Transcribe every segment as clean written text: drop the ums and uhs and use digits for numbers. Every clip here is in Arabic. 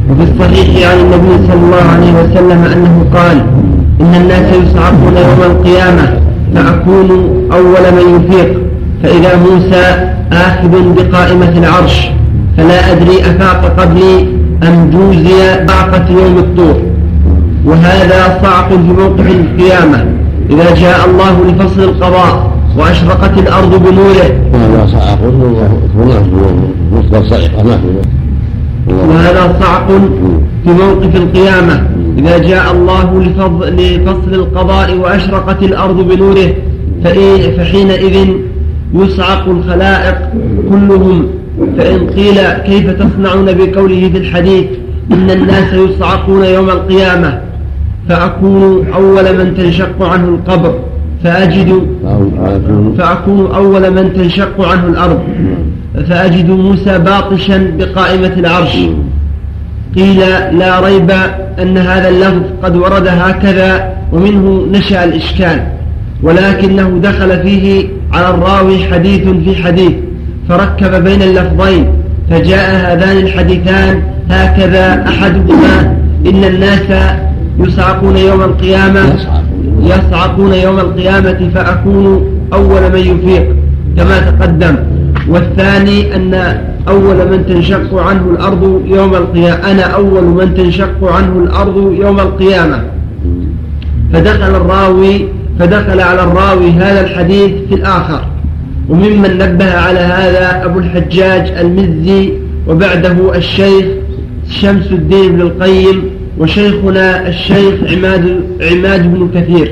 وفي الصحيح عن النبي صلى الله عليه وسلم أنه قال: إن الناس يصعقون يوم القيامة فأكون أول من يفيق، فإذا موسى آخذ بقائمة العرش، فلا أدري أفاق قبلي أم جوزي بعقة يوم الطور. وهذا صعق في موقف القيامة إذا جاء الله لفصل القضاء وأشرقت الأرض بنوره. وهذا صعق في موقف القيامة إذا جاء الله لفصل القضاء وأشرقت الأرض بنوره، فحينئذ يصعق الخلائق كلهم. فإن قيل: كيف تصنعون بقوله في الحديث إن الناس يصعقون يوم القيامة، فأكون أول من تنشق عنه القبر فأكون أول من تنشق عنه الأرض فأجد موسى باطشا بقائمة العرش. قيل: لا ريب أن هذا اللفظ قد ورد هكذا ومنه نشأ الإشكال، ولكنه دخل فيه على الراوي حديث في حديث فركب بين اللفظين، فجاء هذان الحديثان هكذا: أحدهما إن الناس يصعقون يوم القيامة فأكون أول من يفيق كما تقدم، والثاني أن أول من تنشق عنه الأرض يوم القيامة، أنا أول من تنشق عنه الأرض يوم القيامة. فدخل على الراوي هذا الحديث في الآخر. وممن نبه على هذا أبو الحجاج المزي، وبعده الشيخ شمس الدين بن القيم، وشيخنا الشيخ عماد بن كثير.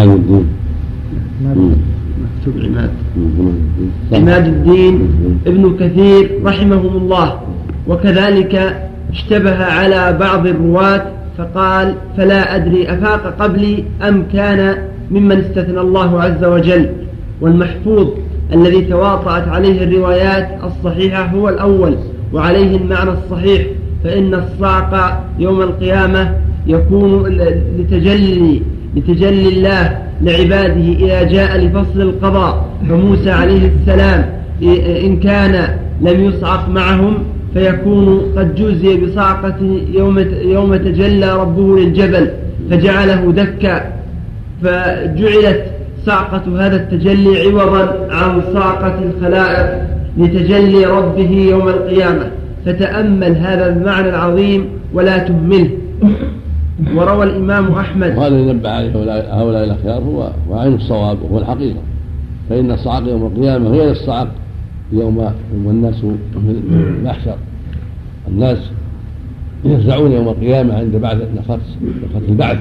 عماد الدين ابن كثير رحمهم الله. وكذلك اشتبه على بعض الرواة فقال: فلا أدري أفاق قبلي أم كان ممن استثنى الله عز وجل. والمحفوظ الذي تواطأت عليه الروايات الصحيحة هو الأول، وعليه المعنى الصحيح، فإن الصعق يوم القيامة يكون لتجلي الله لعباده إذا جاء لفصل القضاء. فموسى عليه السلام إن كان لم يصعق معهم فيكون قد جوزي بصعقة يوم تجلى ربه للجبل فجعله دكا، فجعلت صعقة هذا التجلي عوضا عن صعقة الخلائق لتجلي ربه يوم القيامة. فتأمل هذا المعنى العظيم ولا تهمله. وروى الإمام أحمد، وهذا ينبه عليه هؤلاء الأخيار هو عين الصواب وهو الحقيقة، فإن الصعق يوم القيامة هي الصعق يوم الناس من المحشر. الناس يفزعون يوم القيامة عند بعد نفخة البعث.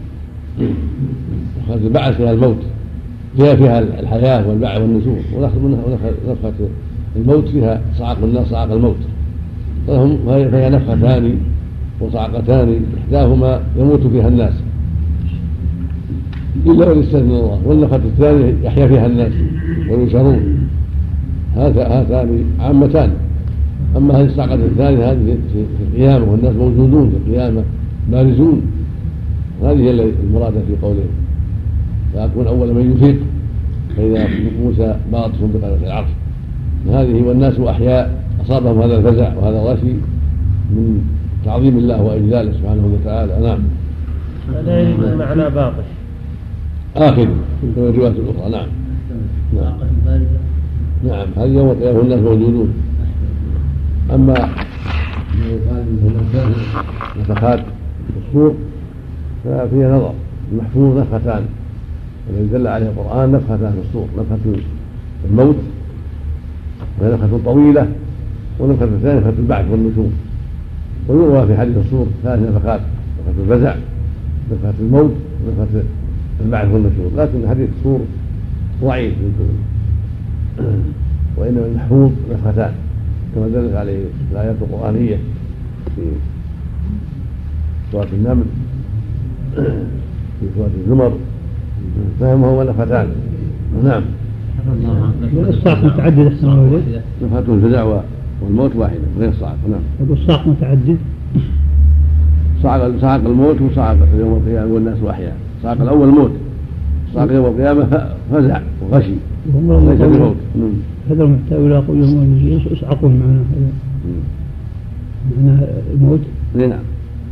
نفخة البعث فيها الموت، فيها الحياة والبعث والنشور، ونفخة الموت فيها صعق الناس صعق الموت. فهي نفختان وصعقتان إحداهما يموت فيها الناس إلا من استثنى الله، والنفخة الثانية يحيا فيها الناس وينشرون. هاتان عامتان. أما هذه الصعقة الثانية هذه في القيامة والناس موجودون في القيامة بارزون، هذه هي المراد في قوله فأكون أول من يفيق، فإذا موسى باطش بقدرة العرش. هذه والناس أحياء أصابهم هذا الفزع وهذا الغشي من تعظيم الله وإجلاله سبحانه وتعالى. نعم. هذا يريد معنى باطش آخر في الروايات الأخرى. نعم. نعم هذه يوم القيامة الناس موجودون. أما يقال هناك نفخات الصور ففيها نظر. المحفوظ نفختان، والذي دل عليه القرآن نفختان في الصور: نفخة الموت وهي نفخة طويلة، ونفخة الثانية نفخة البعث والنشور. ويروى في حديث الصور 3 نفخات: نفخة الفزع، نفخة الموت، ونفخة البعث والنشور. لكن حديث الصور ضعيف، وإنما المحفوظ نفختان كما دلت عليه الآيات القرآنية في سورة النمل، في سورة الزمر، فهمهما نفختان. نعم. الصعق متعدد أحسن الله. نفخة الفزع والموت واحدة غير الصعق. نعم. الصعق متعدد. صعق الموت وصعق يوم القيامة والناس أحياء. صعق الأول موت، صعق يوم القيامة فزع وغشي ليس بالموت. هذا المحتوى إلى قولهم يصعقون معناه الموت. نعم. نعم.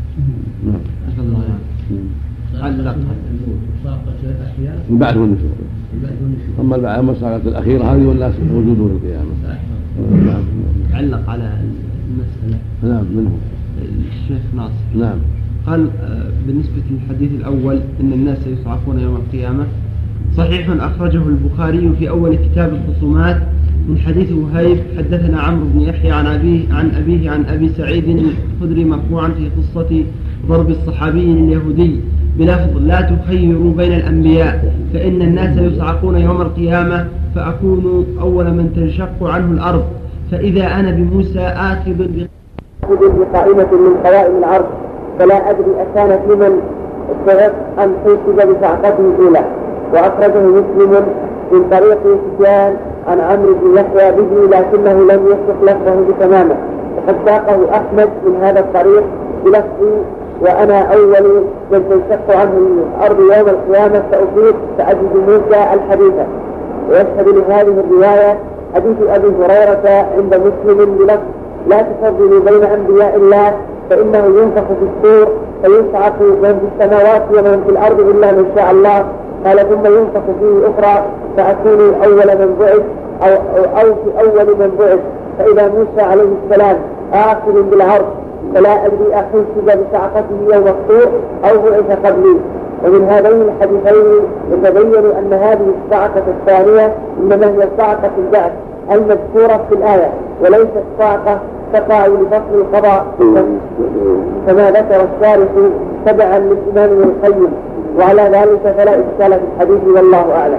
علق البعث والنشور. أما البعث والصاعقة الأخيرة هذه والناس موجودون القيامة. نعم. علق على المسألة. نعم منهم الشيخ ناصر. نعم. قال بالنسبة للحديث الأول إن الناس يصعقون يوم القيامة صحيح أخرجه البخاري في أول كتاب الخصومات من حديث وهيب حدثنا عمرو بن يحيى عن أبيه عن أبي سعيد الخدري مرفوعا في قصة ضرب الصحابي اليهودي بلفظ لا تخيروا بين الأنبياء فإن الناس يصعقون يوم القيامة فأكون أول من تنشق عنه الأرض فإذا أنا بموسى آخذ بقائمة من قوائم العرض فلا أدري أكانت لمن استغرق أم حسب بصعقته الأولى. وأخرجه مسلم من طريق سفيان عن عمرو بن يحيى به لكنه لم يصح لفظه بتمامه وقد ساقه أحمد من هذا الطريق بلفظ وأنا أول من تنشق عنه الأرض يوم القيامة فأفيد فأجد موسى الحديثة. ويشهد لهذه الرواية حديث أبي هريرة عند مسلم بلفظ لا تفضلوا بين أنبياء الله فإنه ينفخ في الصور فيصعق من في السماوات ومن في الأرض إلا من شاء الله. قال ثم ينفخ فيه أخرى فأكون أول من بعث أو في أول من بعث فإذا موسى عليه السلام آخذ بالعرش فلا أدري أحسب بصعقته يوم الصور أو بعث قبلي. ومن هذين الحديثين يتبين أن هذه الصعقة الثانية إنما هي صعقة البعث المذكورة في الآية وليست صعقة تقع لفصل القضاء كما ذكر الشارح تبعا للإمام ابن القيم. وعلى ذلك فلا إشكال في الحديث والله أعلم.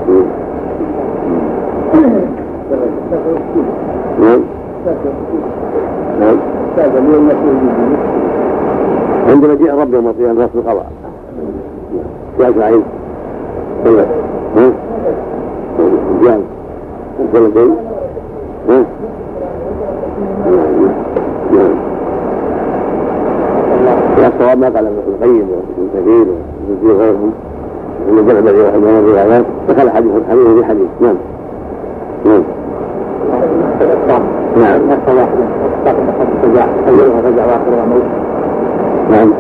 عندما جاء الرب يوم القيامة فصل القضاء يا سعيد جاء الجلدين الصواب ما قال ابن القيم وابن كثير وابن غيرهم من جمع بين واحد من الروايات دخل حديث في حديث. نعم نعم نعم نعم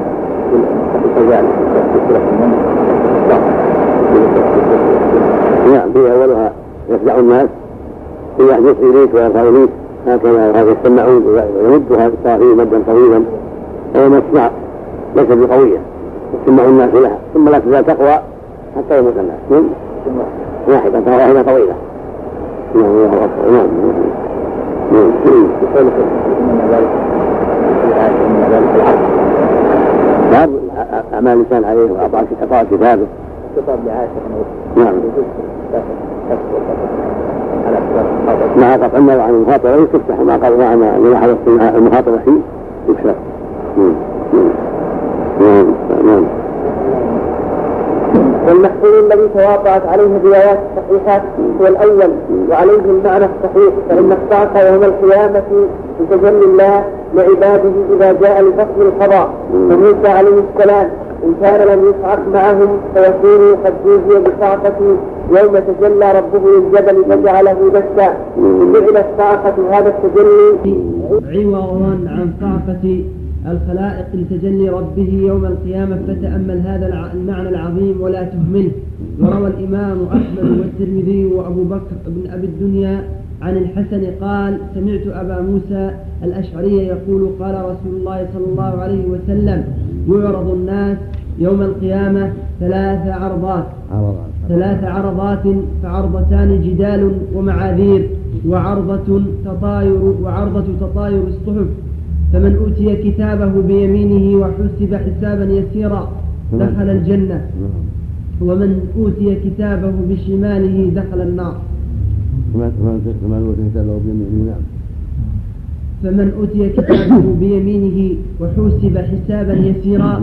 نعم في أولها يخدع الناس يحدث إليك ويرفع إليك هكذا يستمعون ويمدها الصافي مدا طويلا وهو مسمع ليس بقوية يستمع الناس لها ثم لا تزال تقوى حتى يموت الناس واحدة طويلة. نعم بعض أعمال الإنسان عليه وأعطاء كتابه كتاب لعائشة. نعم مع قطع النظر عن المخاطرة يفتح ما قال معنا لما حدث المخاطرة فيه يفتح. والمحفوظ الذي تواطأت عليه الروايات الصحيحات هو الأول وعليه المعنى الصحيح فإن الصعقة يوم القيامة بتجلي الله لعباده إذا جاء لفصل القضاء. فموسى عليه السلام إن كان لم يصعق معهم فيكون قد جوزي بصعقة يوم تجلى ربه للجبل فجعله دكا. فجعل الصعقة هذا التجلي عوضا عن صعقة الخلائق لتجلي ربه يوم القيامة فتأمل هذا المعنى العظيم ولا تهمله. وروى الإمام أحمد والترمذي وأبو بكر بن أبي الدنيا عن الحسن قال سمعت أبا موسى الأشعري يقول قال رسول الله صلى الله عليه وسلم يعرض الناس يوم القيامة ثلاث عرضات فعرضتان جدال ومعاذير وعرضة تطاير الصحف فمن أوتي كتابه بيمينه وحسب حسابا يسيرا دخل الجنة ومن أوتي كتابه بشماله دخل النار. فمن أوتي كتابه بيمينه وحسب حسابا يسيرا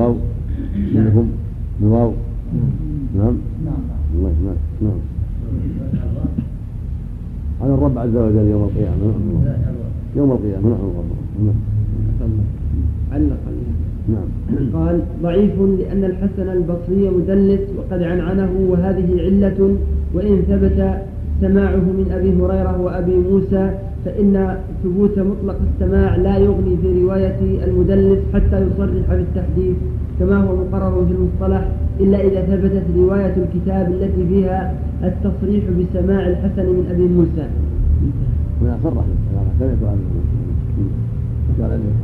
نعم على الرب عز وجل يوم القيامة قال ضعيف لأن الحسن البصري مدلس وقد عنعنه وهذه علة وإن ثبت سماعه من أبي هريرة وأبي موسى فإن ثبوت مطلق السماع لا يغني في رواية المدلس حتى يصرح بالتحديث كما هو مقرر في المصطلح، إلا إذا ثبتت رواية الكتاب التي فيها التصريح بسماع الحسن من أبي موسى. ولا صرح سمعت عنه قال له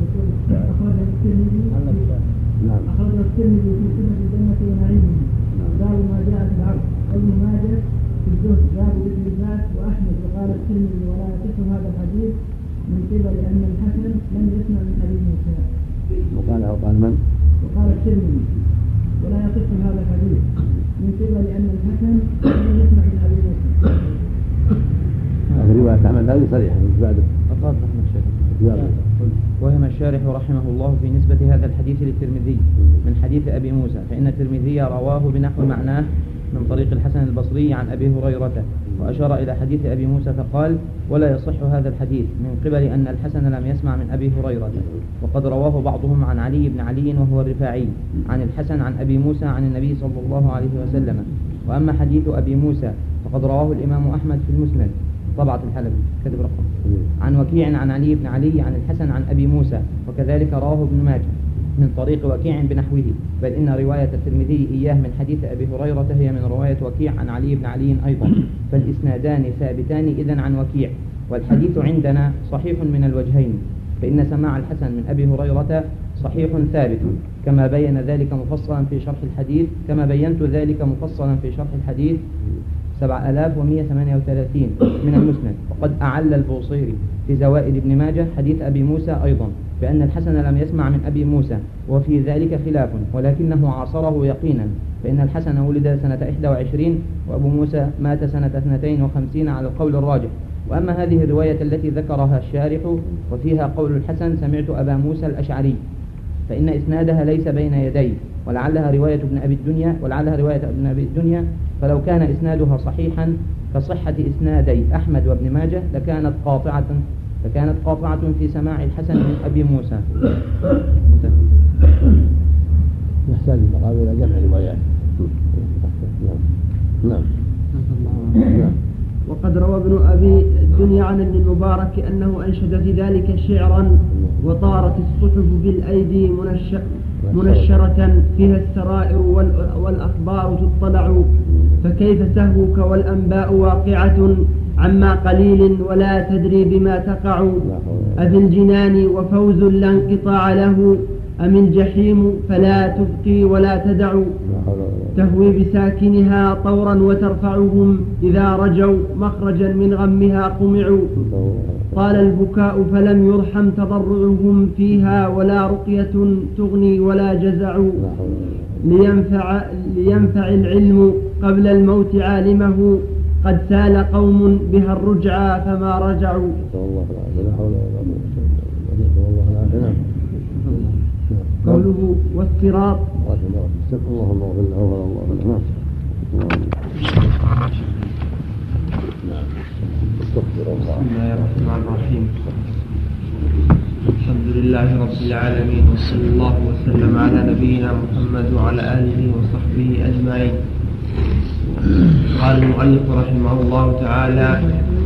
أخرج الترمذي في سنة الجنة ونعيمه باب ما جاء في العبد، وابن ماجه في الزهد باب ذكر الناس، وأحمد وقال الترمذي ولا يصح هذا الحديث من قبل أن الحسن لم يسمع من أبي موسى. وقال من؟ وقال الترمذي ولا يصح هذا الحديث من قبل أن الحسن لم يسمع من أبي موسى. هذه رواية أحمد هذه صريحة مش بعده. أفاد رحمة الشيخ. وهم الشارح رحمه الله في نسبة هذا الحديث للترمذي من حديث أبي موسى، فإن الترمذي رواه بنحو معناه من طريق الحسن البصري عن أبي هريرة، وأشار إلى حديث أبي موسى فقال ولا يصح هذا الحديث من قبل أن الحسن لم يسمع من أبي هريرة. وقد رواه بعضهم عن علي بن علي وهو الرفاعي عن الحسن عن أبي موسى عن النبي صلى الله عليه وسلم. وأما حديث أبي موسى فقد رواه الإمام أحمد في المسند طبعة الحلبي كتب رقم عن وكيع عن علي بن علي عن الحسن عن أبي موسى، وكذلك رواه ابن ماجه من طريق وكيع بنحوه، بل إن رواية الترمذي إياه من حديث أبي هريرة هي من رواية وكيع عن علي بن علي أيضا، فالإسنادان ثابتان إذن عن وكيع. والحديث عندنا صحيح من الوجهين، فإن سماع الحسن من أبي هريرة صحيح ثابت كما بين ذلك مفصلا في شرح الحديث، كما بينت ذلك مفصلا في شرح الحديث 7138 من المسند. وقد أعل البوصيري في زوائد ابن ماجه حديث أبي موسى أيضا بأن الحسن لم يسمع من أبي موسى، وفي ذلك خلاف ولكنه عاصره يقينا، فإن الحسن ولد سنة 21 وأبو موسى مات سنة 52 على القول الراجح. وأما هذه الرواية التي ذكرها الشارح وفيها قول الحسن سمعت أبا موسى الأشعري، فإن إسنادها ليس بين يدي، ولعلها رواية ابن أبي الدنيا، فلو كان إسنادها صحيحا كصحة إسنادي أحمد وابن ماجه لكانت قاطعة في سماع الحسن من أبي موسى. نحتاج المقام إلى جمع روايات. نعم. وقد روى ابن أبي الدنيا عن ابن المبارك أنه أنشد في ذلك شعرا وطارت الصحف بالأيدي منشرة فيها السرائر والأخبار تطلع، فكيف سهوك والأنباء واقعة عما قليل ولا تدري بما تقع، أفي الجنان وفوز لا انقطاع له، أم الجحيم فلا تبقي ولا تدع، تهوي بساكنها طورا وترفعهم إذا رجوا مخرجا من غمها قمعوا، طال البكاء فلم يرحم تضرعهم فيها، ولا رقية تغني ولا جزع، لينفع العلم قبل الموت عالمه، قد سال قوم بها الرجعى فما رجعوا. قوله والصراط. اللهم اغفر له ولا بسم الله الرحمن الرحيم. الحمد لله رب العالمين، وصلى الله وسلم على نبينا محمد وعلى آله وصحبه أجمعين. قال المؤلف رحمه الله تعالى: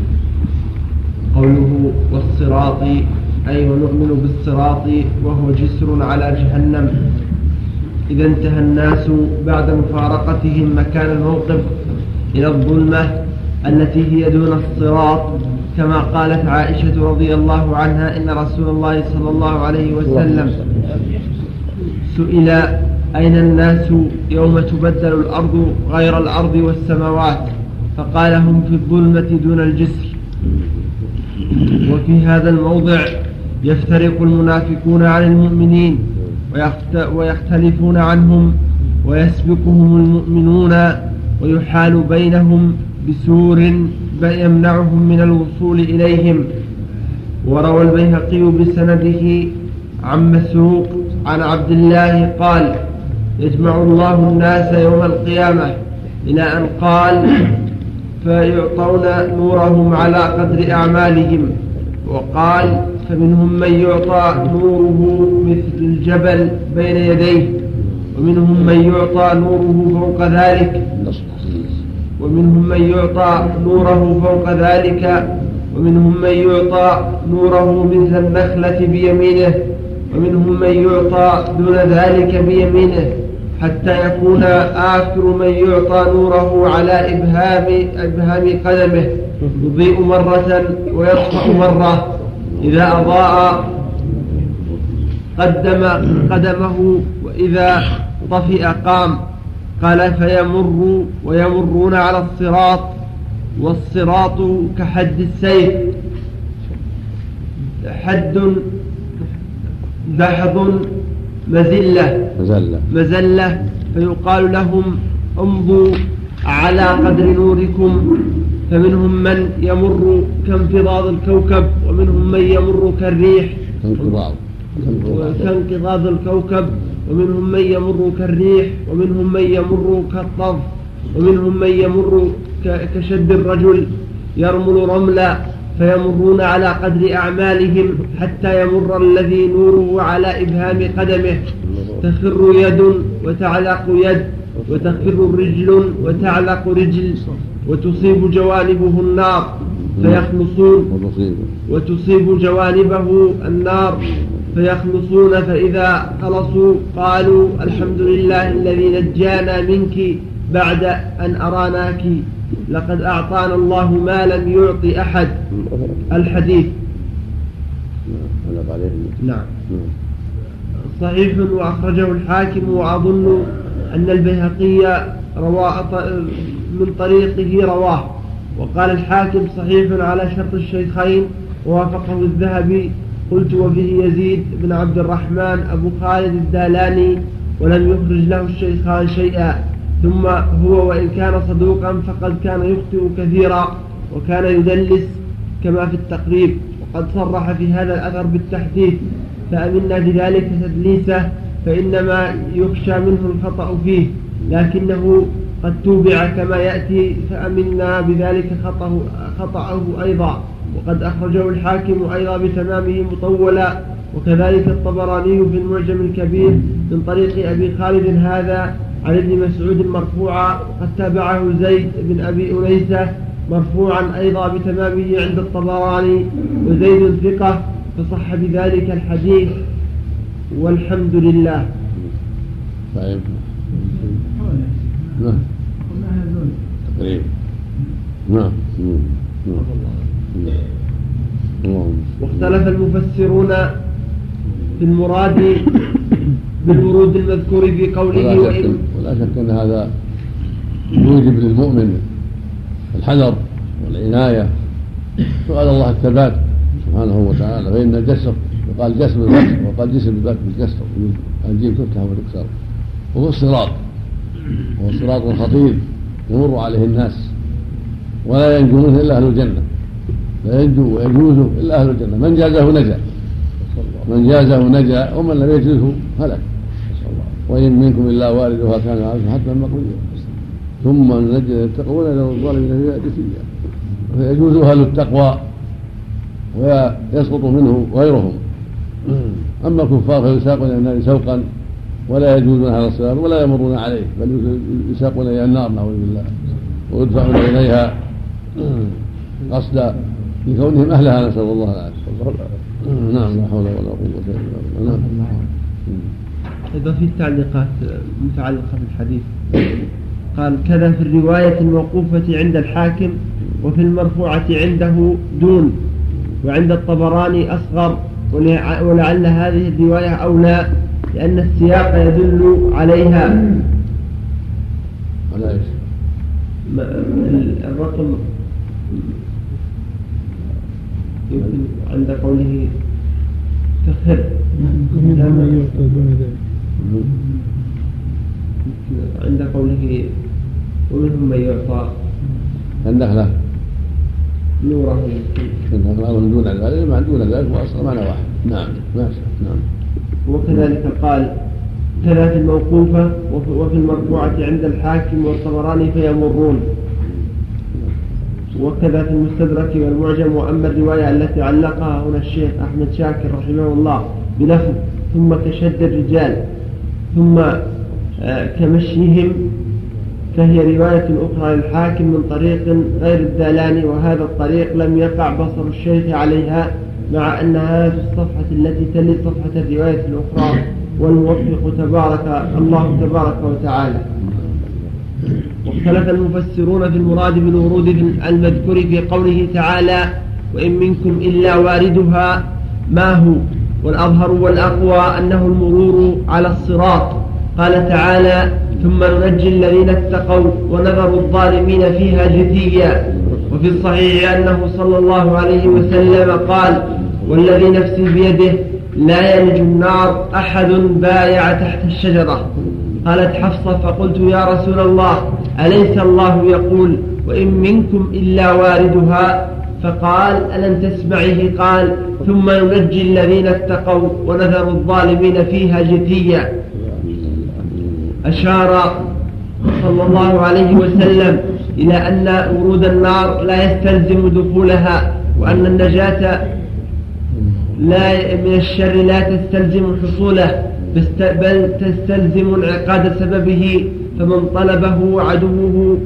قوله والصراط أي ونؤمن بالصراط وهو جسر على جهنم، إذا انتهى الناس بعد مفارقتهم مكان الموقف إلى الظلمة التي هي دون الصراط، كما قالت عائشة رضي الله عنها إن رسول الله صلى الله عليه وسلم سئل أين الناس يوم تبدل الأرض غير الأرض والسماوات، فقال هم في الظلمة دون الجسر. وفي هذا الموضع يفترق المنافقون عن المؤمنين ويختلفون عنهم، ويسبقهم المؤمنون ويحال بينهم بسور يمنعهم من الوصول إليهم. وروى البيهقي بسنده عن مسروق عن عبد الله قال: يجمع الله الناس يوم القيامة، إلى أن قال: فيعطون نورهم على قدر أعمالهم. وقال: فمنهم من يعطى نوره مثل الجبل بين يديه، ومنهم من يعطى نوره فوق ذلك، ومنهم من يعطى نوره مثل النخلة بيمينه ومنهم من يعطى دون ذلك بيمينه حتى يكون آخر من يعطى نوره على إبهام قدمه يضيء مرة ويطفأ مرة. إذا أضاء قدم قدمه وإذا طفئ قام. قال فيمر ويمرون على الصراط والصراط كحد السيف حد دحض مزلة فيقال لهم امضوا على قدر نوركم. فمنهم من يمر كانقضاض الكوكب ومنهم من يمر كالريح كانقضاض الكوكب ومنهم من يمر كالريح ومنهم من يمر كالطف ومنهم من يمر كشد الرجل يرمل رملا. فيمرون على قدر أعمالهم حتى يمر الذي نوره على إبهام قدمه تخر يد وتعلق يد وتخر رجل وتعلق رجل وتصيب جوانبه النار وتصيب جوانبه النار فيخلصون. فإذا خلصوا قالوا الحمد لله الذي نجانا منك بعد أن أراناك لقد أعطانا الله ما لم يعطي أحد. الحديث نعم صحيح وأخرجه الحاكم. وأظن أن البيهقي من طريقه رواه. وقال الحاكم صحيح على شرط الشيخين ووافقه الذهبي. قلت وفيه يزيد بن عبد الرحمن أبو خالد الدالاني ولم يخرج له الشيخان شيئا. ثم هو وإن كان صدوقا فقد كان يخطئ كثيرا وكان يدلس كما في التقريب وقد صرح في هذا الأثر بالتحديث فأمنا بذلك تدليسه فإنما يخشى منه الخطأ فيه لكنه قد توبع كما يأتي فأمنا بذلك خطأه أيضا. وقد أخرجه الحاكم أيضا بتمامه مطولا وكذلك الطبراني في المعجم الكبير من طريق أبي خالد هذا عن ابن مسعود مرفوعا وقد تابعه زيد بن أبي أنيسة مرفوعا أيضا بتمامه عند الطبراني وزيد ثقة فصح بذلك الحديث والحمد لله. طيب نعم تقريبا نعم. واختلف المفسرون في المراد بالورود المذكور في قوله ولا شك أن هذا يوجب للمؤمن الحذر والعناية سؤال الله الثبات سبحانه وتعالى. فإن الجسر وقال جسم بالكسر وقال جسم بالكسر الجيم تفتح وتكسر وهو الصراط وهو الصراط الخطير يمر عليه الناس ولا ينجو منه إلا أهل الجنة لا ينجو ويجوزه إلا أهل الجنة. من جازه نجا ومن لم يجزه هلك. وإن منكم إلا واردها كان عارفا حتى المقضية ثم ننجي الذين اتقوا ولا نذر الظالمين فيها جثيا. فيجوز أهل التقوى ويسقط منه غيرهم. أما الكفار فيساقون إلى النار سوقا ولا يجوزون على الصراط ولا يمرون عليه بل يساقون إلى النار نعوذ بالله ويدفعون إليها قصدا لكونهم أهلها نسأل الله العافية. نعم لا حول ولا قوة إلا بالله. إذا في التعليقات متعلقة بالحديث قال كذا في الرواية الموقوفة عند الحاكم وفي المرفوعة عنده دون وعند الطبراني أصغر ولعل هذه الرواية أولى لأن السياق يدل عليها. على إيش؟ الرقم يمكن عند قوله تخر عند قوله ومنهم من يعطى النخلة نوره من دون ذلك ما دون ذلك وأصلا معنى واحد. نعم ماشي نعم. وكذلك قال كذا في الموقوفة وفي المرفوعة عند الحاكم والطبراني فيمرون وكذا في المستدرك والمعجم. وأما الرواية التي علقها هنا الشيخ أحمد شاكر رحمه الله بلفظ ثم كشد الرجال ثم فهي رواية أخرى للحاكم من طريق غير الدالاني، وهذا الطريق لم يقع بصر الشيخ عليها، مع أنها في الصفحة التي تلي صفحة الرواية الأخرى، والموفق الله تبارك وتعالى. واختلف المفسرون في المراد بالورود المذكور في قوله تعالى: وإن منكم إلا واردها، ما هو؟ والأظهر والأقوى أنه المرور على الصراط. قال تعالى: ثم ننجي الذين اتقوا ونذر الظالمين فيها جثيا. وفي الصحيح أنه صلى الله عليه وسلم قال: والذي نفسي بيده لا يلج النار أحد بايع تحت الشجرة. قالت حفصة: فقلت يا رسول الله أليس الله يقول وإن منكم إلا واردها؟ فقال: ألم تسمعه قال: ثم ننجي الذين اتقوا ونذر الظالمين فيها جثيا. أشار صلى الله عليه وسلم إلى أن ورود النار لا يستلزم دخولها، وأن النجاة من الشر لا تستلزم حصوله، بل تستلزم انعقاد سببه، فمن طلبه عدوه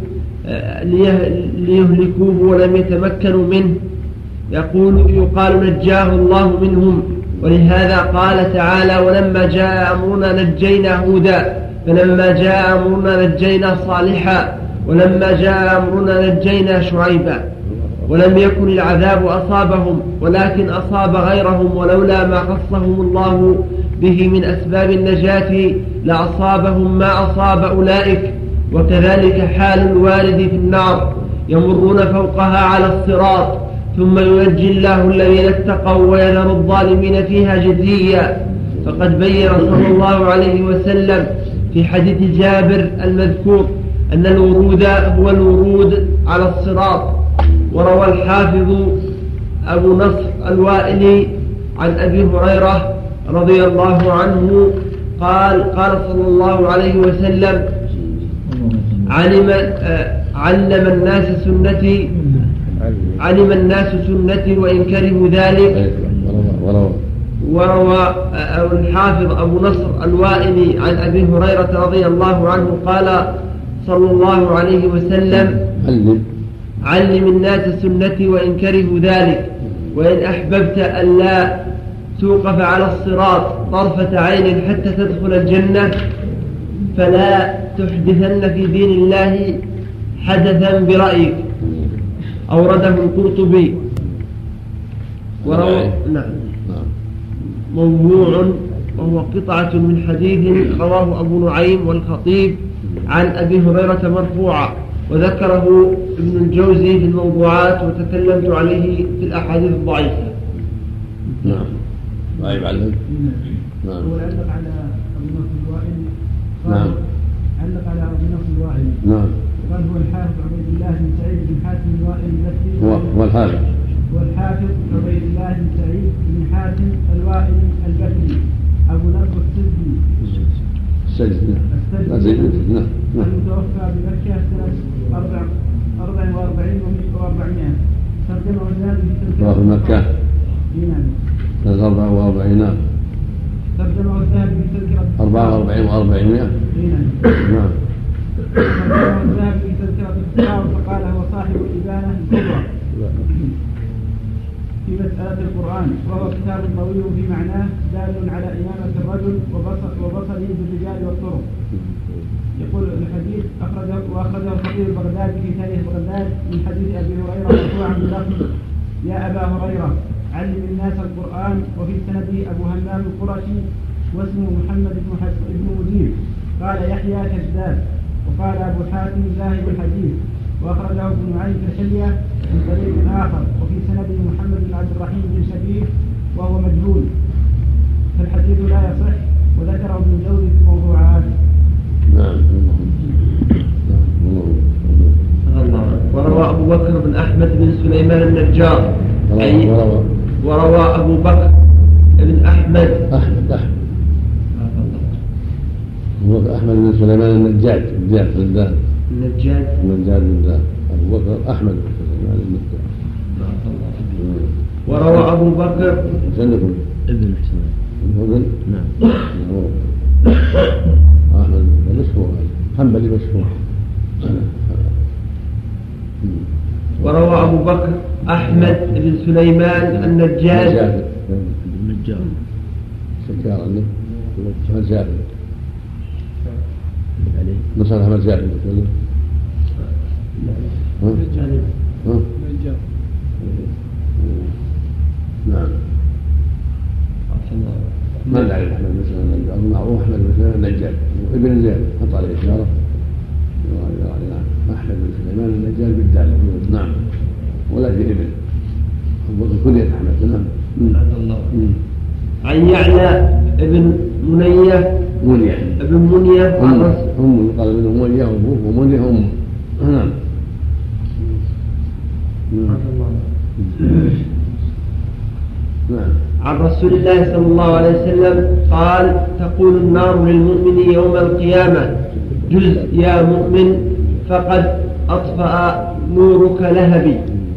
ليهلكوه ولم يتمكنوا منه يقال نجاه الله منهم. ولهذا قال تعالى: ولما جاء أمرنا نجينا هودا، فلما جاء أمرنا نجينا صالحا، ولما جاء أمرنا نجينا شعيبا. ولم يكن العذاب أصابهم، ولكن أصاب غيرهم، ولولا ما خصهم الله به من أسباب النجاة لأصابهم ما أصاب أولئك. وكذلك حال الوارد في النار، يمرون فوقها على الصراط، ثم ينجي الله الذين اتقوا ويذر الظالمين فيها جثيا. فقد بين صلى الله عليه وسلم في حديث جابر المذكور أن الورود هو الورود على الصراط. وروى الحافظ أبو نصر الوائلي عن أبي هريرة رضي الله عنه قال: قال صلى الله عليه وسلم: علم الناس سنتي وإن كرهوا ذلك. وروى الحافظ أبو نصر الوائلي عن أبي هريرة رضي الله عنه قال صلى الله عليه وسلم: علم الناس سنتي وإن كرهوا ذلك، وإن أحببت ألا توقف على الصراط طرفة عين حتى تدخل الجنة فلا تحدثن في دين الله حدثا برأيك. أورده القرطبي. نعم. موضوع، وهو قطعة من حديث رواه أبو نعيم والخطيب عن أبي هريرة مرفوعا، وذكره ابن الجوزي في الموضوعات، وتكلمت عليه في الأحاديث الضعيفة. نعم. ضعيف علم. نعم. هو علق على أبو نصر الوائل. نعم. علق على أبو نصر الوائل. نعم. قال: هو الحافظ عبيد الله بن سعيد بن حاتم الوائل البصري. هو الحافظ. والحافظ عبيد الله بن سعيد بن حاتم الوائل البصري أبو نصر السجدي المتوفى بمكة سنة 44 و400. ترجمه الذهبي في ترجمه مكة سنة 44. ترجمه الذهبي في تذكرة 44 و400. نعم. ترجمه الذهبي في تذكرة الفقهاء، فقال: هو صاحب الإبانة الكبرى في مسألة القرآن، وهو كتاب طويل في معناه دال على إمامة الرجل وبصره بالرجال والطرق. يقول الحديث وأخرجه الخطيب البغدادي في تاريخ بغداد من حديث أبي هريرة مرفوعا بلفظ: يا أبا هريرة علم الناس القرآن. وفي سنده أبو همام القرشي واسمه محمد بن مجيب. قال يحيى كذاب، وقال أبو حاتم ذاهب الحديث. وأخرجه ابن نعيم في الحلية من طريق آخر، وفي سنده محمد بن عبد الرحيم بن شبيب وهو مجهول، فالحديث لا يصح، وذكره ابن الجوزي في الموضوعات. نعم. وروى أبو بكر بن أحمد بن سليمان النجار. وروى أبو بكر بن أحمد بن سليمان النجاج بالذات. النجاج بالذات. أبو بكر أحمد بن سليمان النجاج. وروى أبو بكر ابن حسين. نعم. أحمد مشهور، حنبلي مشهور. بكر أحمد بن سليمان النجار سكار عنه أحمد زاهد نصر أحمد زاهد نعم ما نعرف أحمد بن سليمان المعروف أحمد بن سليمان النجار ابن زياد حط عليه إشارة أحمد بن سليمان النجار بالدال نعم ولا في ابن كلية أحمد نعم عن يعلى ابن منية ابن منية قال ابن منية ومنية نعم عن رسول الله صلى الله عليه وسلم قال تقول النار للمؤمن يوم القيامة جز يا مؤمن فقد أطفأ نورك لهبي.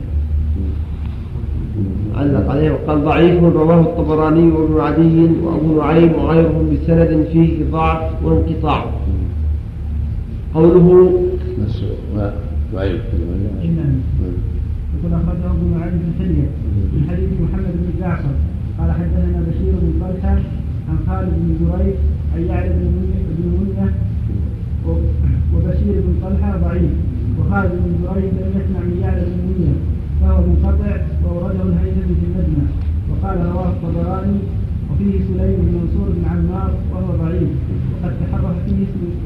علق عليه وقال ضعيف رواه الطبراني وابن عدي وأبو نعيم وغيرهم بسند فيه ضعف وانقطاع. قوله ضعيف يقول أخرجه ابن نعيم في الحلية من حديث محمد بن جعفر قال حدثنا بشير بن طلحة عن خالد بن جريج عن يعلى بن منية وبشير بن طلحة ضعيف وخالد بن جريج لم يسمع من يعلى بن منية فهو منقطع وأورده الهيثمي في المجمع وقال رواه الطبراني وفيه سليم بن منصور بن عمار وهو ضعيف وقد تحرف فيه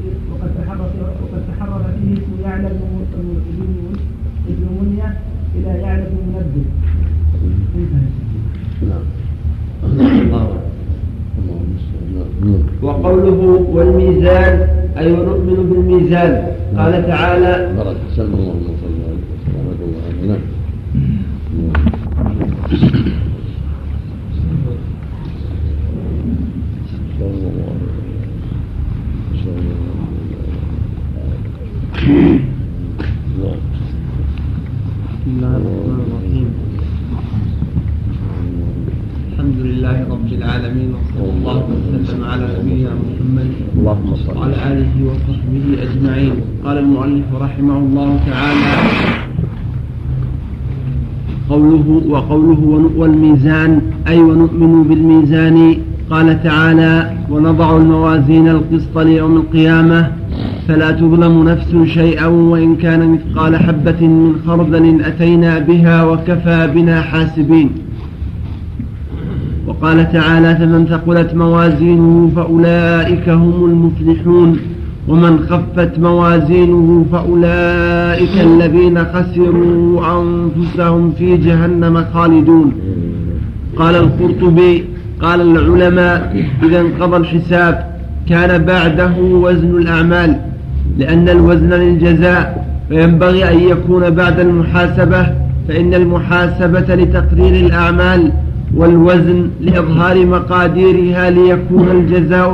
اسم يعلى بن منية إلى يعلى بن منبه. وقوله والميزان أي ونؤمن بالميزان قال تعالى الحمد لله رب العالمين وصلى الله وسلم على نبينا محمد وعلى آله وصحبه أجمعين. قال المؤلف رحمه الله تعالى وقوله والميزان أي ونؤمن بالميزان قال تعالى ونضع الموازين القسط ليوم القيامة فلا تظلم نفس شيئا وإن كان مثقال حبة من خردل أتينا بها وكفى بنا حاسبين. وقال تعالى فمن ثقلت موازينه فأولئك هم المفلحون ومن خفت موازينه فأولئك الذين خسروا أنفسهم في جهنم خالدون. قال القرطبي قال العلماء إذا انقضى الحساب كان بعده وزن الأعمال لأن الوزن للجزاء فينبغي أن يكون بعد المحاسبة فإن المحاسبة لتقرير الأعمال والوزن لإظهار مقاديرها ليكون الجزاء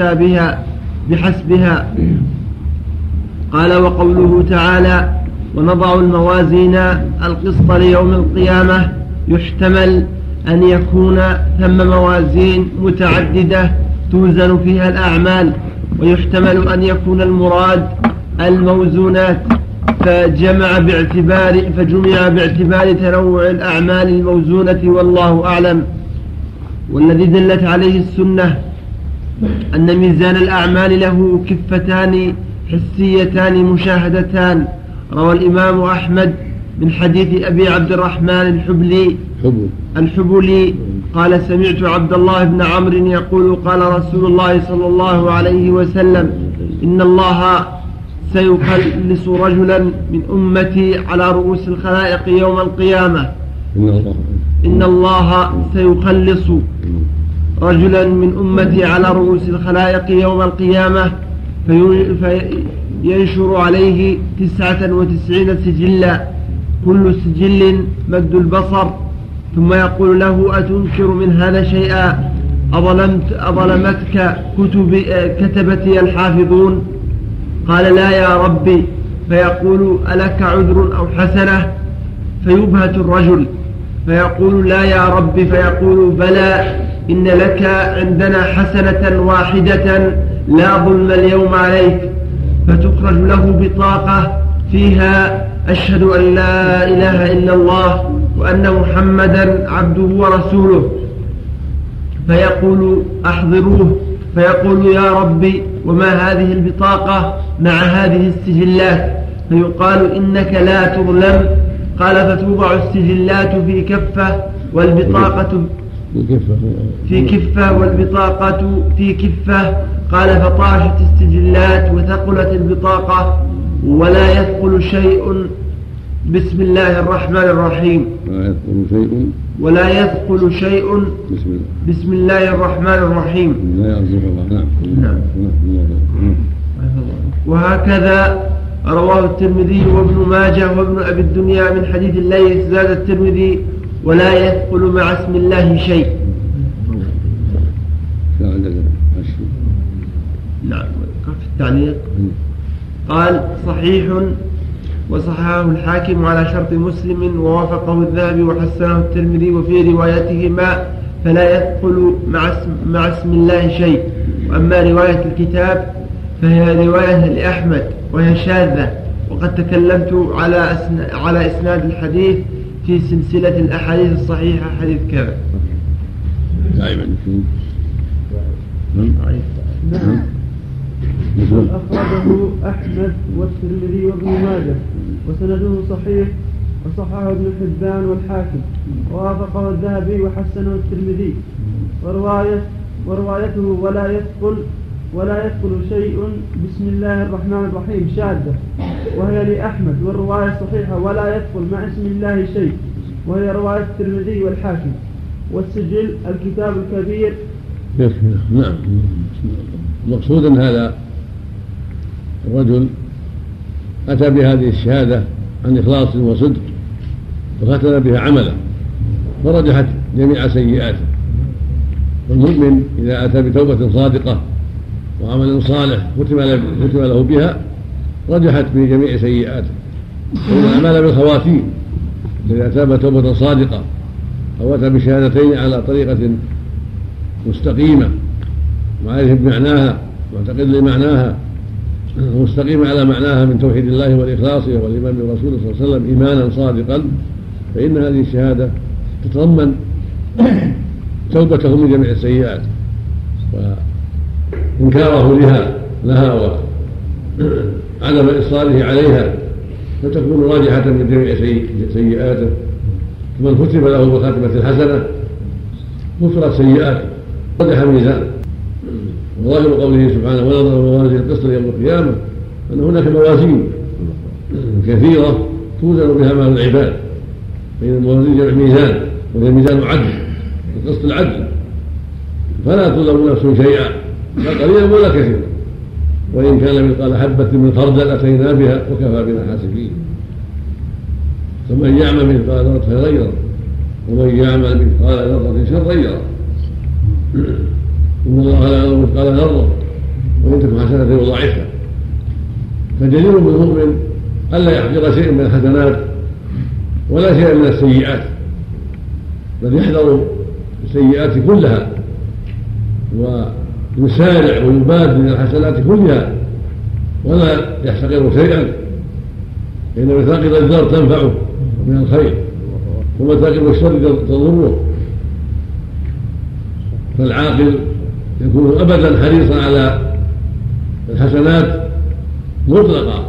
بحسبها. قال وقوله تعالى ونضع الموازين القسط ليوم القيامة يحتمل أن يكون ثم موازين متعددة توزن فيها الأعمال ويحتمل أن يكون المراد الموزونات فجمع باعتبار تنوع الأعمال الموزونة والله أعلم. والذي دلت عليه السنة أن ميزان الأعمال له كفتان حسيتان مشاهدتان. روى الإمام أحمد من حديث أبي عبد الرحمن الحبلي قال سمعت عبد الله بن عمرو يقول قال رسول الله صلى الله عليه وسلم إن الله سيخلص رجلا من أمتي على رؤوس الخلائق يوم القيامة. إن الله سيخلص رجلا من أمتي على رؤوس الخلائق يوم القيامة فينشر عليه 99 سجلا كل سجل مد البصر ثم يقول له أتنكر من هذا شيئا أظلمتك كتبتي الحافظون قال لا يا ربي فيقول ألك عذر أو حسنة فيبهت الرجل فيقول لا يا ربي فيقول بلى إن لك عندنا حسنة واحدة لا ظلم اليوم عليك فتخرج له بطاقة فيها أشهد أن لا إله إلا الله وأن محمدا عبده ورسوله، فيقول أحضروه، فيقول يا ربي وما هذه البطاقة مع هذه السجلات؟ فيقال إنك لا تظلم. قال فتوضع السجلات في كفة والبطاقة في كفة والبطاقة في كفة. قال فطاشت السجلات وثقلت البطاقة ولا يثقل شيء. بسم الله الرحمن الرحيم. ولا يثقل شيء. بسم الله الرحمن الرحيم. وهكذا رواه الترمذي وابن ماجه وابن أبي الدنيا من حديث الليث. زاد الترمذي ولا يثقل مع اسم الله شيء. نعم. في التعليق قال صحيح وصححه الحاكم على شرط مسلم ووافقه الذهبي وحسنه الترمذي، وفي روايتهما فلا يثقل مع اسم الله شيء. وأما رواية الكتاب فهي رواية لأحمد وهي شاذة، وقد تكلمت على إسناد الحديث في سلسلة الأحاديث الصحيحة حديث كذا. نعم. أخرجه أحمد والترمذي وابن ماجه وسنده صحيح وصححه ابن حبان والحاكم ووافقه الذهبي وحسنه الترمذي. وروايته ولا يثقل شيء بسم الله الرحمن الرحيم شاذة وهي لأحمد، والرواية الصحيحة ولا يثقل مع اسم الله شيء وهي رواية الترمذي والحاكم. والسجل الكتاب الكبير. نعم. المقصود أن هذا الرجل أتى بهذه الشهادة عن إخلاص وصدق وختم بها عمله فرجحت جميع سيئاته. والمؤمن إذا أتى بتوبة صادقة وعمل صالح ختم له بها رجحت بجميع سيئاته. والأعمال بالخواتيم، إذا تاب توبة صادقة أو أتى بشهادتين على طريقة مستقيمة معرفة بمعناها معتقد لمعناها مستقيمة على معناها من توحيد الله والإخلاص والإيمان بالرسول صلى الله عليه وسلم إيمانا صادقا، فإن هذه الشهادة تتضمن توبته من جميع السيئات وإنكاره لها وعدم إصراره عليها، فتكون راجحة من جميع سيئاته. فمن كتب له بالخاتمة الحسنة غفرت سيئاته رجح ميزان. وظاهر قوله سبحانه ونظر موازين القسط يوم القيامة أن هناك موازين كثيرة توزن بها مال العباد، فإن الموازين جمع ميزان وهي ميزان عدل القسط العدل، فلا تظلم نفس شيئا لا قليلا ولا كثيرا، وإن كان مثقال حبة من خردل أتينا بها وكفى بنا حاسبين. فمن يعمل مثقال ذرة خيرا يره ومن يعمل مثقال ذرة شرا يره. إن الله لا يظلم مثقال ذرة وإن تكن حسنة يضاعفها. فجدير بالمؤمن ألا يحقر شيء من الحسنات ولا شيء من السيئات، بل يحذر السيئات كلها ويسارع ويبادر من الحسنات كلها ولا يحتقر شيئا، إن مثاقل الذر تنفعه من الخير ومثاقل الشر تضره. فالعاقل يكون أبدا حريصا على الحسنات مطلقة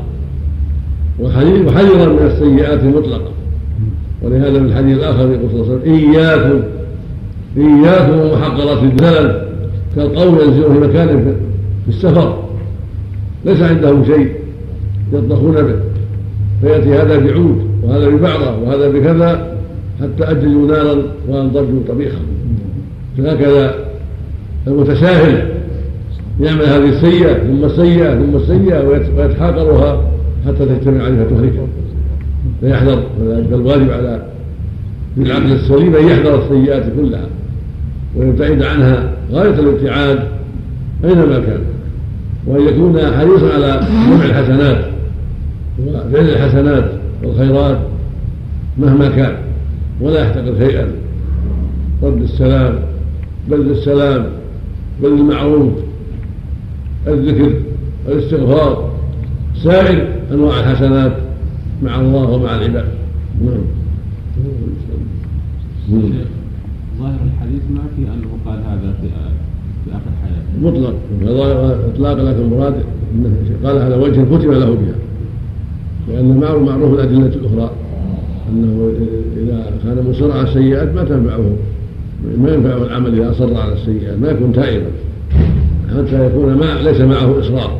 وحذرا من السيئات مطلقة. ولهذا في الحديث الآخر يقول صلى الله عليه وسلم إياكم ومحقرات الزلل، كالقوم ينزلون في مكان في السفر ليس عندهم شيء يطبخون به، فيأتي هذا بعود وهذا ببعضه وهذا بكذا حتى أجلوا نارا وأنضجوا طبيخا. فهكذا المتساهل يعمل هذه السيئة ثم السيئة ثم السيئة ويتحاقرها حتى تجتمع عليه فتهلكه. فيحذر، فالواجب على العقل السليم أن يحذر السيئات كلها ويبتعد عنها غاية الابتعاد أينما كان، وأن يكون حريصا على جمع الحسنات وفعل الحسنات والخيرات مهما كان ولا يحتقر شيئا. رد السلام، بذل السلام، بذل المعروف، الذكر، الاستغفار، سائر أنواع الحسنات مع الله ومع العباد. نعم. ظاهر الحديث ما في أنه قال هذا في آخر حياته مطلق، ظاهر إطلاق، لكن مراد قال هذا وجه ختم له بها، لأن معروف الأدلة الأخرى أنه إذا كان مصر على السيئات ما تنفعه، ما ينفعه العمل إذا أصر على السيئات، ما يكون تائبا حتى يكون ليس معه إصرار.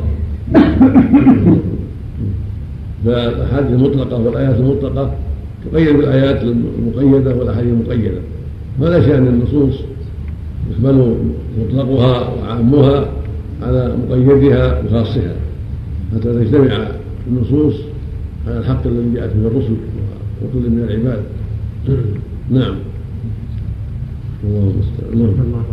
فالأحاديث المطلقة والآيات المطلقة تقيد بالآيات المقيدة والأحاديث المقيدة، فلا شأن النصوص يقبل مطلقها وعامها على مقيدها وخاصها حتى تجتمع النصوص على الحق الذي جاءت به الرسل وكل من العباد. نعم. الله المستعان.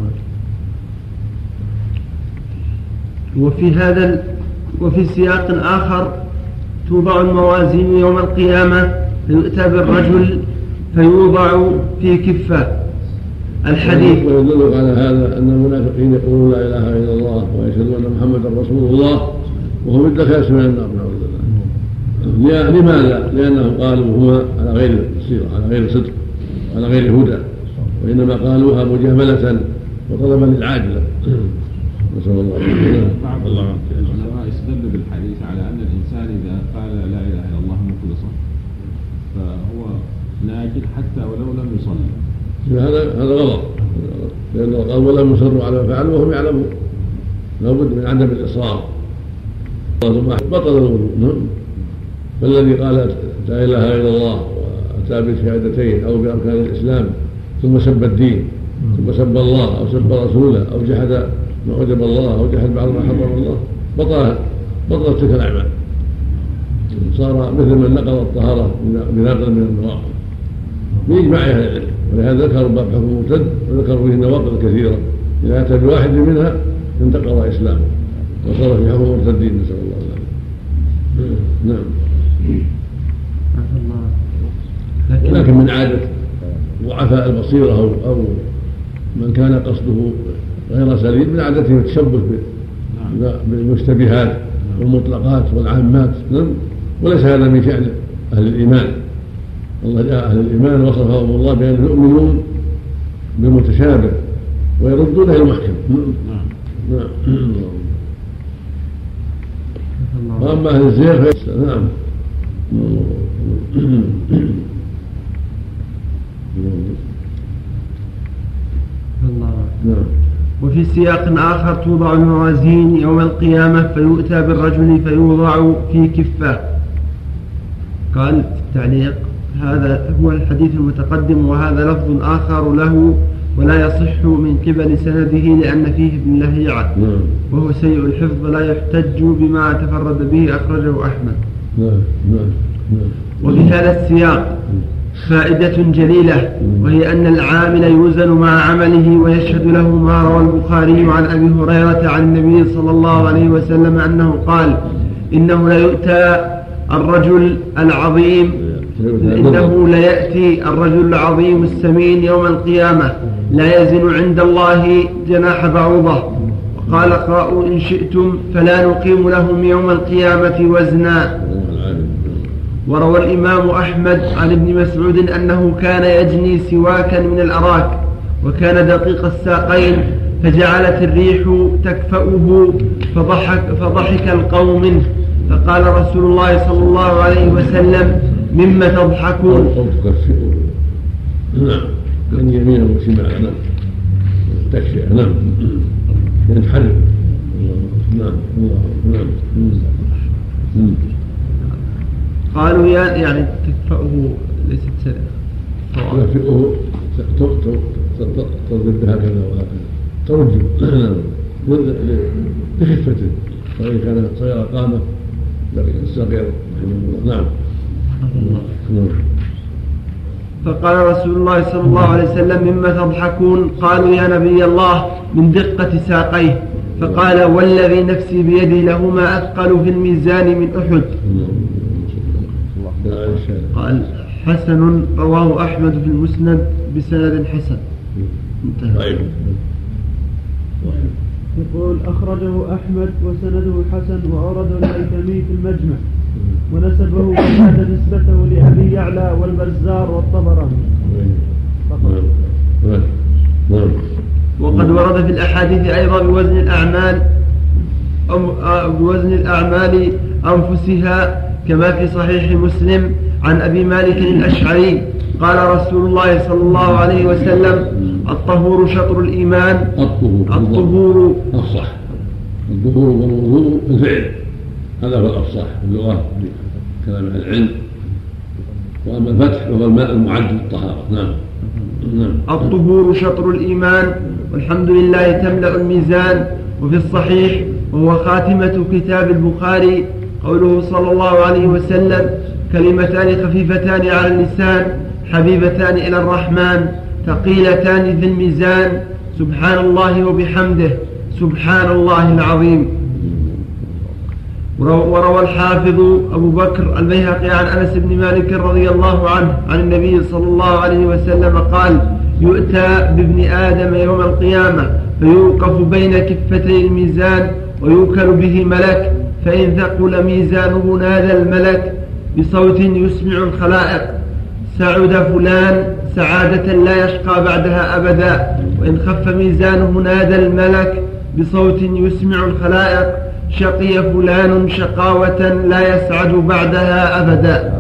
وفي سياق آخر توضع الموازين يوم القيامة فيؤتى بالرجل فيوضع في كفة. الحديث ويدل على هذا أن المنافقين يقولون لا إله إلا الله ويشهدون أن محمدا رسول الله وهم الدخاس من النار. لماذا؟ لأنهم قالوا هما على غير بصيرة، على غير صدق، على غير هدى، وإنما قالوها مجاملة وطلبا للعاجلة. نسأل الله بعض العلماء استدلوا بالحديث على أن الإنسان إذا قال لا إله إلا الله مخلصا فهو ناجح حتى ولو لم يصلي. هذا غلط، لأنه قال ولم يصروا على ما فعلوا وهم يعلمون، لابد من عدم الإصرار. بطل الوضوء. فالذي قال لا إله إلا الله وأتى بالشهادتين أو بأركان الإسلام ثم سب الدين ثم سب الله أو سب رسوله أو جحد ما وجب الله أو جحد بعض ما حرم الله بطلت تلك الأعمال، صار مثل من نقض الطهارة بناقض من النواقض بإجماع أهل العلم. ولهذا ذكروا باب حكم المرتد وذكروا فيه نواقض كثيرة، إذا أتى بواحد منها انتقض إسلامه وصار في حكم المرتدين. نسأل الله العافية. نعم. لكن من عادة ضعفاء البصيرة أو من كان قصده غير سليم من عادته التشبث بالمشتبهات والمطلقات والعامات، وليس هذا من شأن أهل الإيمان. الله جاء أهل الإيمان وصفهم الله بأنهم يؤمنون بالمتشابه ويردون إلى المحكم. نعم. وأما أهل الزيغ نعم. وفي سياق آخر توضع الموازين يوم القيامة فيؤتى بالرجل فيوضع في كفة. قال في التعليق هذا هو الحديث المتقدم وهذا لفظ آخر له ولا يصح من قبل سنده لأن فيه ابن لهيعة وهو سيء الحفظ لا يحتج بما تفرد به أخرجه أحمد. وفي هذا السياق فائدة جليلة وهي أن العامل يوزن مع عمله ويشهد له ما روى البخاري عن أبي هريرة عن النبي صلى الله عليه وسلم أنه قال إنه ليؤتى الرجل العظيم إنه ليأتي الرجل العظيم السمين يوم القيامة لا يزن عند الله جناح بعوضة. وقال اقرأوا إن شئتم فلا نقيم لهم يوم القيامة وزنا. وروى الإمام أحمد عن ابن مسعود أنه كان يجني سواكا من الأراك وكان دقيق الساقين فجعلت الريح تكفأه فضحك القوم منه فقال رسول الله صلى الله عليه وسلم مما تضحكون. نعم. من يمين وشمال. نعم. تكشئ. نعم. ينحرف. نعم. نعم. قالوا يعني تكفأه ليست سرعة تكفأه تضرب هكذا وهكذا ترجم بخفته وإن كان صغير قامة الصغير رحمه الله. نعم. فقال رسول الله صلى الله عليه وسلم مما تضحكون؟ قالوا يا نبي الله من دقة ساقيه. فقال والذي نفسي بيدي لهما أثقل في الميزان من أحد. قال حسن رواه أحمد في المسند بسند حسن. انتهى. يقول أخرجه أحمد وسنده حسن وأورده الهيثمي في المجمع ونسبه وزاد نسبته لأبي يعلى والبزار والطبراني. وقد ورد في الأحاديث أيضا بوزن الأعمال أنفسها كما في صحيح مسلم عن أبي مالك الأشعري قال رسول الله صلى الله عليه وسلم: الطهور شطر الإيمان. الطهور الصح، الطهور والوضوء الفعل، هذا هو الأفصح في اللغة كلام العلم. وأما الفتح فهو الماء المعد للطهارة. نعم. الطهور شطر الإيمان والحمد لله تملأ الميزان. وفي الصحيح وهو خاتمة كتاب البخاري قوله صلى الله عليه وسلم: كلمتان خفيفتان على اللسان حبيبتان إلى الرحمن ثقيلتان في الميزان سبحان الله وبحمده سبحان الله العظيم. وروى الحافظ أبو بكر البيهقي عن أنس بن مالك رضي الله عنه عن النبي صلى الله عليه وسلم قال: يؤتى بابن آدم يوم القيامة فيوقف بين كفتي الميزان ويوكل به ملك، فإن ثقل ميزانه نادى الملك بصوت يسمع الخلائق: سعد فلان سعادة لا يشقى بعدها أبدا. وإن خف ميزانه نادى الملك بصوت يسمع الخلائق: شقي فلان شقاوة لا يسعد بعدها أبدا.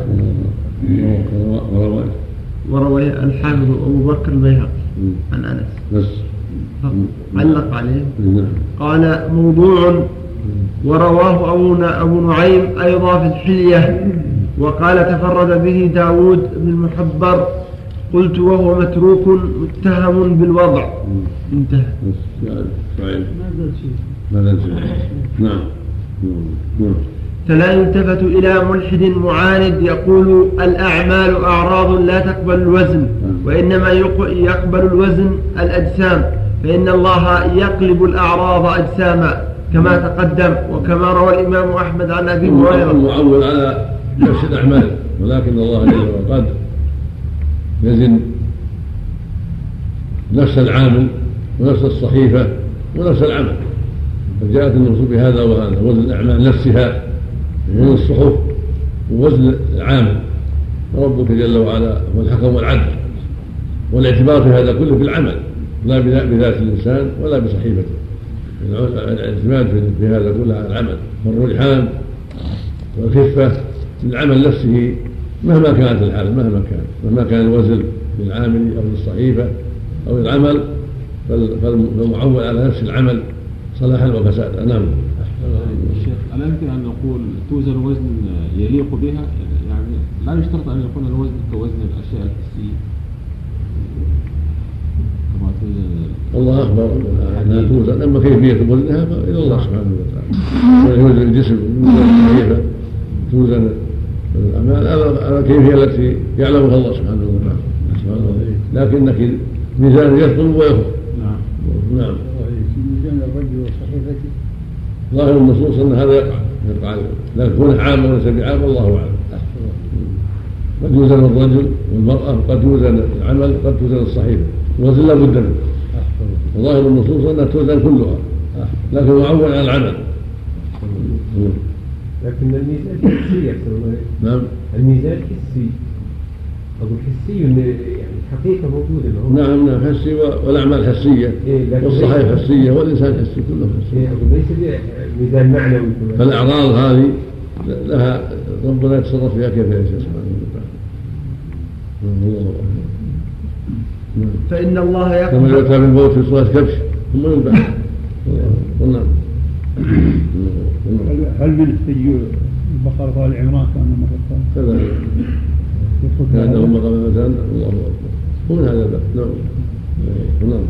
وروى الحافظ أبو بكر البيهقي عن أنس. علق عليه قال: موضوع. ورواه أبو نعيم أيضا في الحلية وقال: تفرد به داود بن المحبر. قلت: وهو متروك متهم بالوضع. انتهى. نعم. فلا يلتفت إلى ملحد معاند يقول: الأعمال أعراض لا تقبل الوزن، وإنما يقبل الوزن الأجسام، فإن الله يقلب الأعراض أجساما كما تقدم وكما روى الإمام أحمد عن أبي هريرة. المعول على نفس الأعمال، ولكن الله جل وعلا يزن نفس العامل ونفس الصحيفة ونفس العمل، فجاءت النصوص بهذا وهذا: وزن الأعمال نفسها وزن الصحف ووزن العامل. ربك جل وعلا هو الحكم والعدل، والاعتبار في هذا كله بالعمل لا بذات الإنسان ولا بصحيفته. الاعتماد في هذا كله على العمل، والرجحان والخفة للعمل نفسه مهما كانت الحالة، مهما كان الوزن للعامل أو للصحيفة أو للعمل، فالمعول على نفس العمل صلاحا وفسادا. نعم. الشيخ، ألا يمكن أن نقول توزن وزن يليق بها؟ يعني لا يشترط أن يكون الوزن كوزن الأشياء الحسية كما توزن. الله أخبر أنها توزن، أما كيفية وزنها فإلى الله سبحانه وتعالى. توزن الجسم كيف توزن الأعمال على الكيفية التي يعلمها الله سبحانه وتعالى، لكنك ميزان يثقل ويخف. نعم. ميزان الرجل وصحيفته ظاهر النصوص أن هذا يقع، لكن كونه عام وليس بعام والله أعلم. قد يوزن الرجل والمرأة، قد يوزن العمل، قد توزن الصحيفة، الوزن لا بد منه. وظاهر النصوص أنها توزن كلها، لكن معول على العمل. لكن الميزان حسي أكثر. نعم. الميزان حسي، أقول حسي يعني حقيقة موجودة. نعم حسي، والأعمال حسية، والصحيح حسية، والإنسان حسي، كله حسي. أقول ليس ميزان معنوي. فالأعراض هذه لها ربنا يتصرف فيها كيف يشاء سبحانه وتعالى. فإن الله يقبل كما يؤتى بالموت في صورة كبش ثم يذبح. والنعم. هل من البقرة وآل عمران كان مرة كأنه مقامتان؟ الله أكبر. ومن هذا الباب. نعم.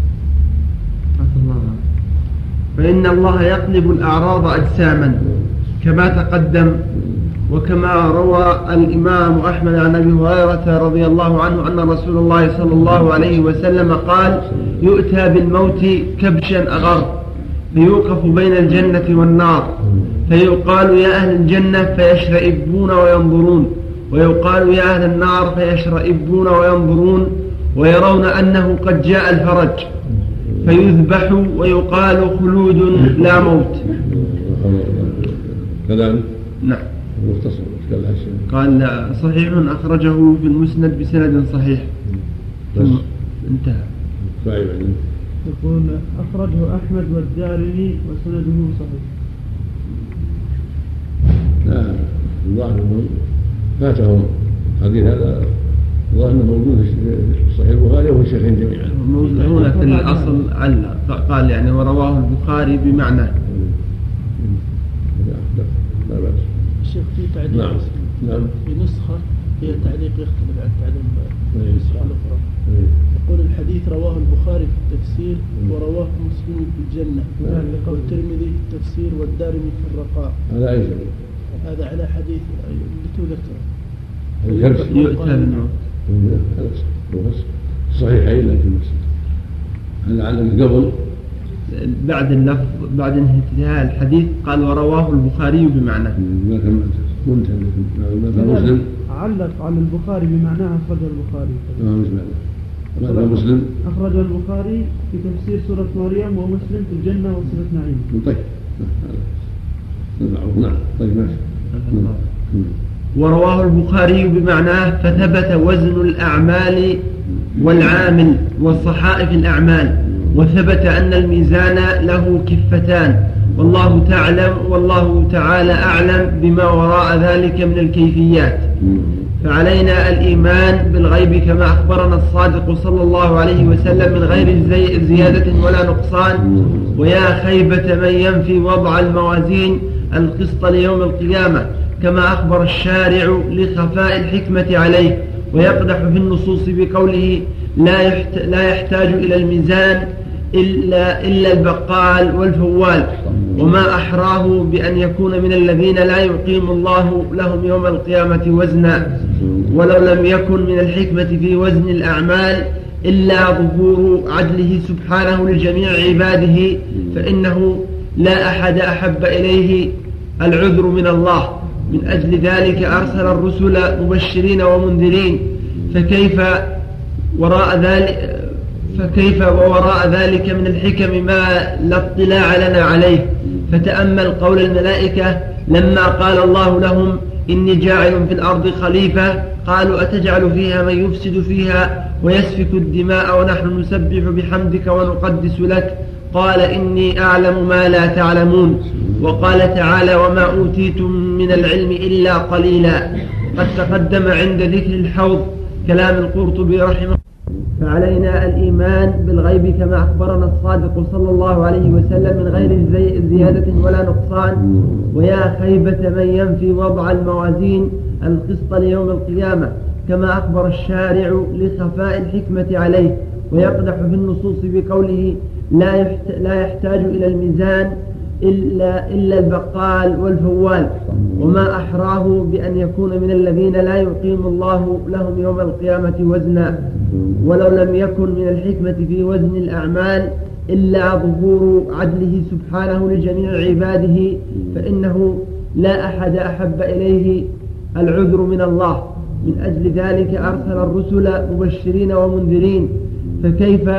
فإن الله يقلب الأعراض أجساما كما تقدم وكما روى الإمام أحمد عن أبي هريرة رضي الله عنه أن رسول الله صلى الله عليه وسلم قال: يؤتى بالموت كبشا أغر فيوقف بين الجنة والنار، فيقال: يا أهل الجنة، فيشرئبون وينظرون، ويقال: يا أهل النار، فيشرئبون وينظرون، ويرون أنه قد جاء الفرج، فيذبح ويقال: خلود لا موت. كذلك. نعم. مختصر قال الشيخ. قال صحيح أخرجه في المسند بسند صحيح. بس انتهى. صحيح. يقول أخرجه أحمد والدارمي وسنده صحيح. لا الظاهر أنهم فاتهم حديث هذا، الظاهر أنه موجود في صحيح البخاري وفي الشيخين جميعا. هنا في الأصل علق قال يعني ورواه البخاري بمعنى. لا بأس. الشيخ في تعليق. نعم. في نسخة هي تعليق يختلف عن تعليق النسخة الأخرى. يقول الحديث رواه البخاري في التفسير ورواه مسلم في الجنة والترمذي في التفسير والدارمي في الرقاء. هذا أي شيء. هذا على حديث اللي تذكره. يؤتى منه. هذا صحيحين لكن هذا على قبل. بعد اللفظ بعد انتهاء الحديث قال ورواه البخاري بمعنى. ما كان مسلم علق على البخاري بمعناه أخرج البخاري. مش معنى. ما مسلم أخرج البخاري في تفسير سورة مريم ومسلم في الجنة وصفة نعيم. طيب نعم. طيب ماشي. ورواه البخاري بمعناه فثبت وزن الأعمال والعامل والصحائف الأعمال، وثبت أن الميزان له كفتان، والله تعالى أعلم بما وراء ذلك من الكيفيات. فعلينا الإيمان بالغيب كما أخبرنا الصادق صلى الله عليه وسلم من غير زيادة ولا نقصان. ويا خيبة من ينفي وضع الموازين القسط ليوم القيامة كما أخبر الشارع لخفاء الحكمة عليه، ويقدح في النصوص بقوله لا يحتاج إلى الميزان إلا البقال والفوال، وما أحراه بأن يكون من الذين لا يقيم الله لهم يوم القيامة وزنا. ولو لم يكن من الحكمة في وزن الأعمال إلا ظهور عدله سبحانه لجميع عباده، فإنه لا أحد أحب إليه العذر من الله. من أجل ذلك أرسل الرسل مبشرين ومنذرين، فكيف وراء ذلك من الحكم ما لا اطلاع لنا عليه. فتأمل قول الملائكة لما قال الله لهم إني جاعل في الأرض خليفة، قالوا أتجعل فيها من يفسد فيها ويسفك الدماء ونحن نسبح بحمدك ونقدس لك، قال إني أعلم ما لا تعلمون. وقال تعالى وما أوتيتم من العلم إلا قليلا. قد تقدم عند ذكر الحوض كلام القرطبي رحمه. فعلينا الإيمان بالغيب كما أخبرنا الصادق صلى الله عليه وسلم من غير زيادة ولا نقصان. ويا خيبة من ينفي وضع الموازين القسط ليوم القيامة كما أخبر الشارع لخفاء الحكمة عليه، ويقدح في النصوص بقوله لا يحتاج إلى الميزان إلا البقال والفوال، وما أحراه بأن يكون من الذين لا يقيم الله لهم يوم القيامة وزنا. ولو لم يكن من الحكمة في وزن الأعمال إلا ظهور عدله سبحانه لجميع عباده، فإنه لا أحد أحب إليه العذر من الله. من أجل ذلك أرسل الرسل مبشرين ومنذرين، فكيف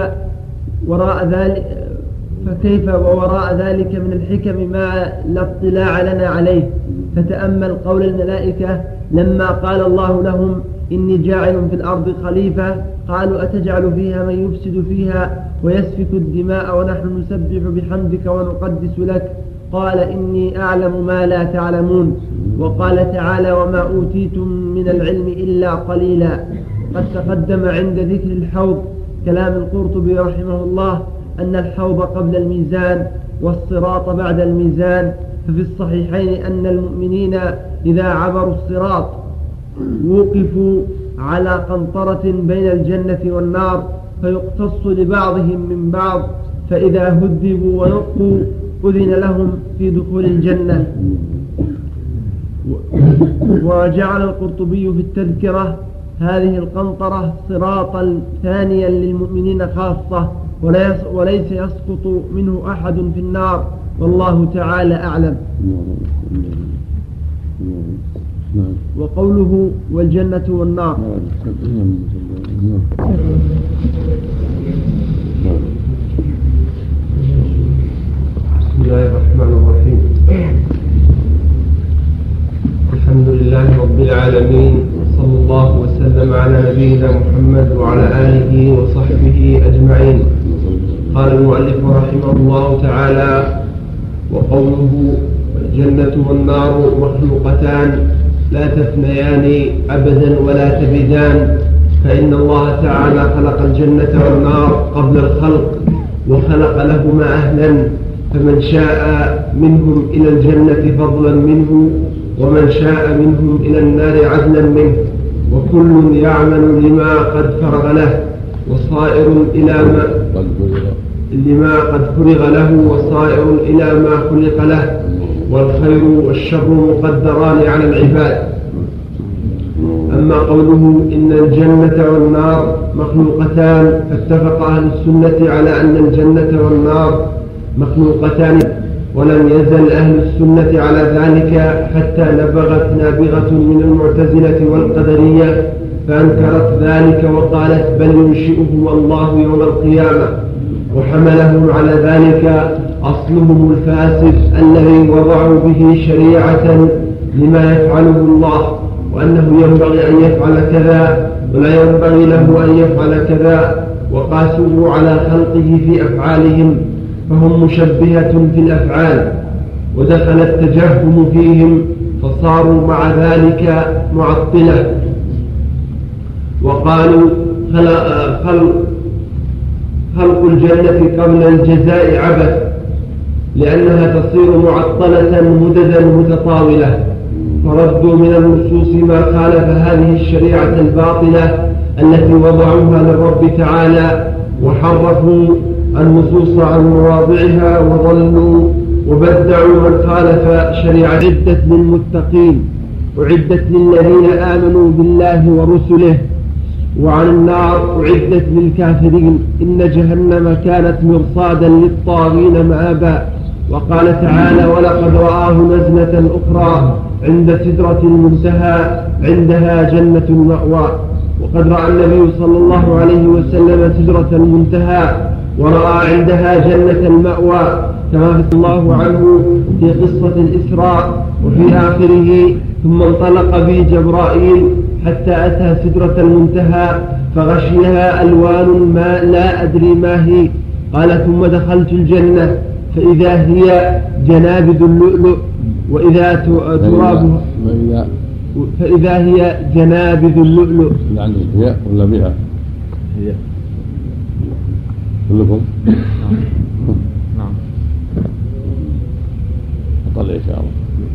وراء ذلك من الحكم ما لا اطلاع لنا عليه. فتأمل قول الملائكة لما قال الله لهم إني جاعل في الأرض خليفة، قالوا أتجعل فيها من يفسد فيها ويسفك الدماء ونحن نسبح بحمدك ونقدس لك، قال إني أعلم ما لا تعلمون. وقال تعالى وما أوتيتم من العلم إلا قليلا. قد تقدم عند ذكر الحوض كلام القرطبي رحمه الله أن الحوض قبل الميزان والصراط بعد الميزان. ففي الصحيحين أن المؤمنين إذا عبروا الصراط وقفوا على قنطرة بين الجنة والنار فيقتص لبعضهم من بعض، فإذا هذبوا ونقوا أذن لهم في دخول الجنة. وجعل القرطبي في التذكرة هذه القنطرة صراطا ثانيا للمؤمنين خاصة، وليس يسقط منه أحد في النار، والله تعالى أعلم. وقوله والجنة والنار. بسم الله الرحمن الرحيم. الحمد العالمين، صلى الله وسلم على نبينا محمد وعلى آله وصحبه أجمعين. قال المؤلف رحمه الله تعالى: وقوله الجنة والنار مخلوقتان لا تفنيان أبدا ولا تبدان، فإن الله تعالى خلق الجنة والنار قبل الخلق وخلق لهما أهلا، فمن شاء منهم إلى الجنة فضلا منه ومن شاء منهم إلى النار عدلا منه، وكل يعمل لما قد فرغ له وصائر إلى لما قد فرغ له وصائر إلى ما خلق له، والخير والشر مقدران على العباد. أما قوله إن الجنة والنار مخلوقتان، فاتفق أهل السنة على أن الجنة والنار مخلوقتان، ولم يزل أهل السنة على ذلك حتى نبغت نابغة من المعتزلة والقدرية فأنكرت ذلك وقالت بل ينشئه الله يوم القيامة، وحملهم على ذلك أصلهم الفاسد الذي وضعوا به شريعة لما يفعله الله، وأنه ينبغي أن يفعل كذا ولا ينبغي له أن يفعل كذا، وقاسوا على خلقه في أفعالهم، فهم مشبهة في الأفعال، ودخل التجهم فيهم فصاروا مع ذلك معطلة، وقالوا خلق الجنة قبل الجزاء عبث، لأنها تصير معطلة مددا متطاولة، فردوا من النصوص ما خالف هذه الشريعة الباطلة التي وضعوها للرب تعالى، وحرفوا النصوص عن مواضعها وضلوا وبدعوا من خالف شريعة. أعدت للمتقين، أعدت للذين آمنوا بالله ورسله، وعن النار أعدت للكافرين، إن جهنم كانت مرصادا للطاغين مآبا. وقال تعالى: ولقد رآه نزلة أخرى عند سدرة المنتهى عندها جنة المأوى. وقد رأى النبي صلى الله عليه وسلم سدرة المنتهى ورأى عندها جنة المأوى، كما في الله عنه في قصة الإسراء وفي آخره: ثم انطلق بي جبرائيل حتى أتى سدرة المنتهى فغشيها ألوان ما لا أدري ما هي، قال: ثم دخلت الجنة فإذا هي جنابذ اللؤلؤ وإذا ترابها فإذا هي جنابذ اللؤلؤ. يعني هي ولا بها؟ هي كلكم؟ نعم. أطلع إن شاء الله.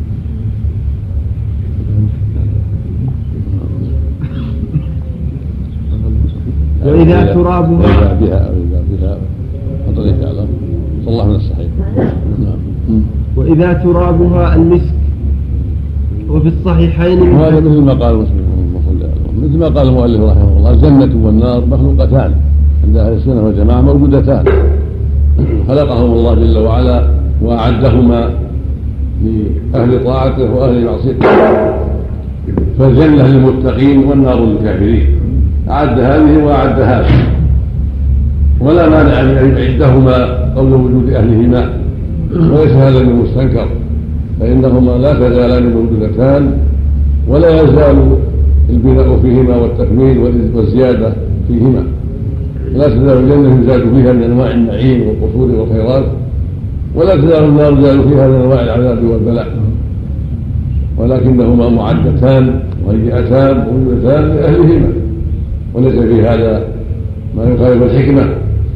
وإذا ترابها بها أطلع إن شاء الله. صلى الله من الصحيح. وإذا ترابها المسك. وفي الصحيحين وهذا مثل ما قال مسلم، مثل ما قال المؤلف رحمه الله: الجنة والنار مخلوقتان عند أهل السنة والجماعة، موجودتان، خلقهم الله جل وعلا وأعدهما لأهل طاعته وأهل معصيته، فالجنة للمتقين والنار للكافرين، أعد هذه وأعد هذه، ولا مانع من أن يعدهما قبل وجود أهلهما، وليس هذا من المستنكر، فإنهما لا تزالان موجودتان، ولا يزال البناء فيهما والتكميل والزيادة فيهما، لا تزال الجنة يزاد فيها من أنواع النعيم والقصور والخيرات، ولا تزال النار يزال فيها من أنواع العذاب والبلاء، ولكنهما معدتان مهيئتان موجودتان لأهلهما، وليس في هذا ما يخالف الحكمة.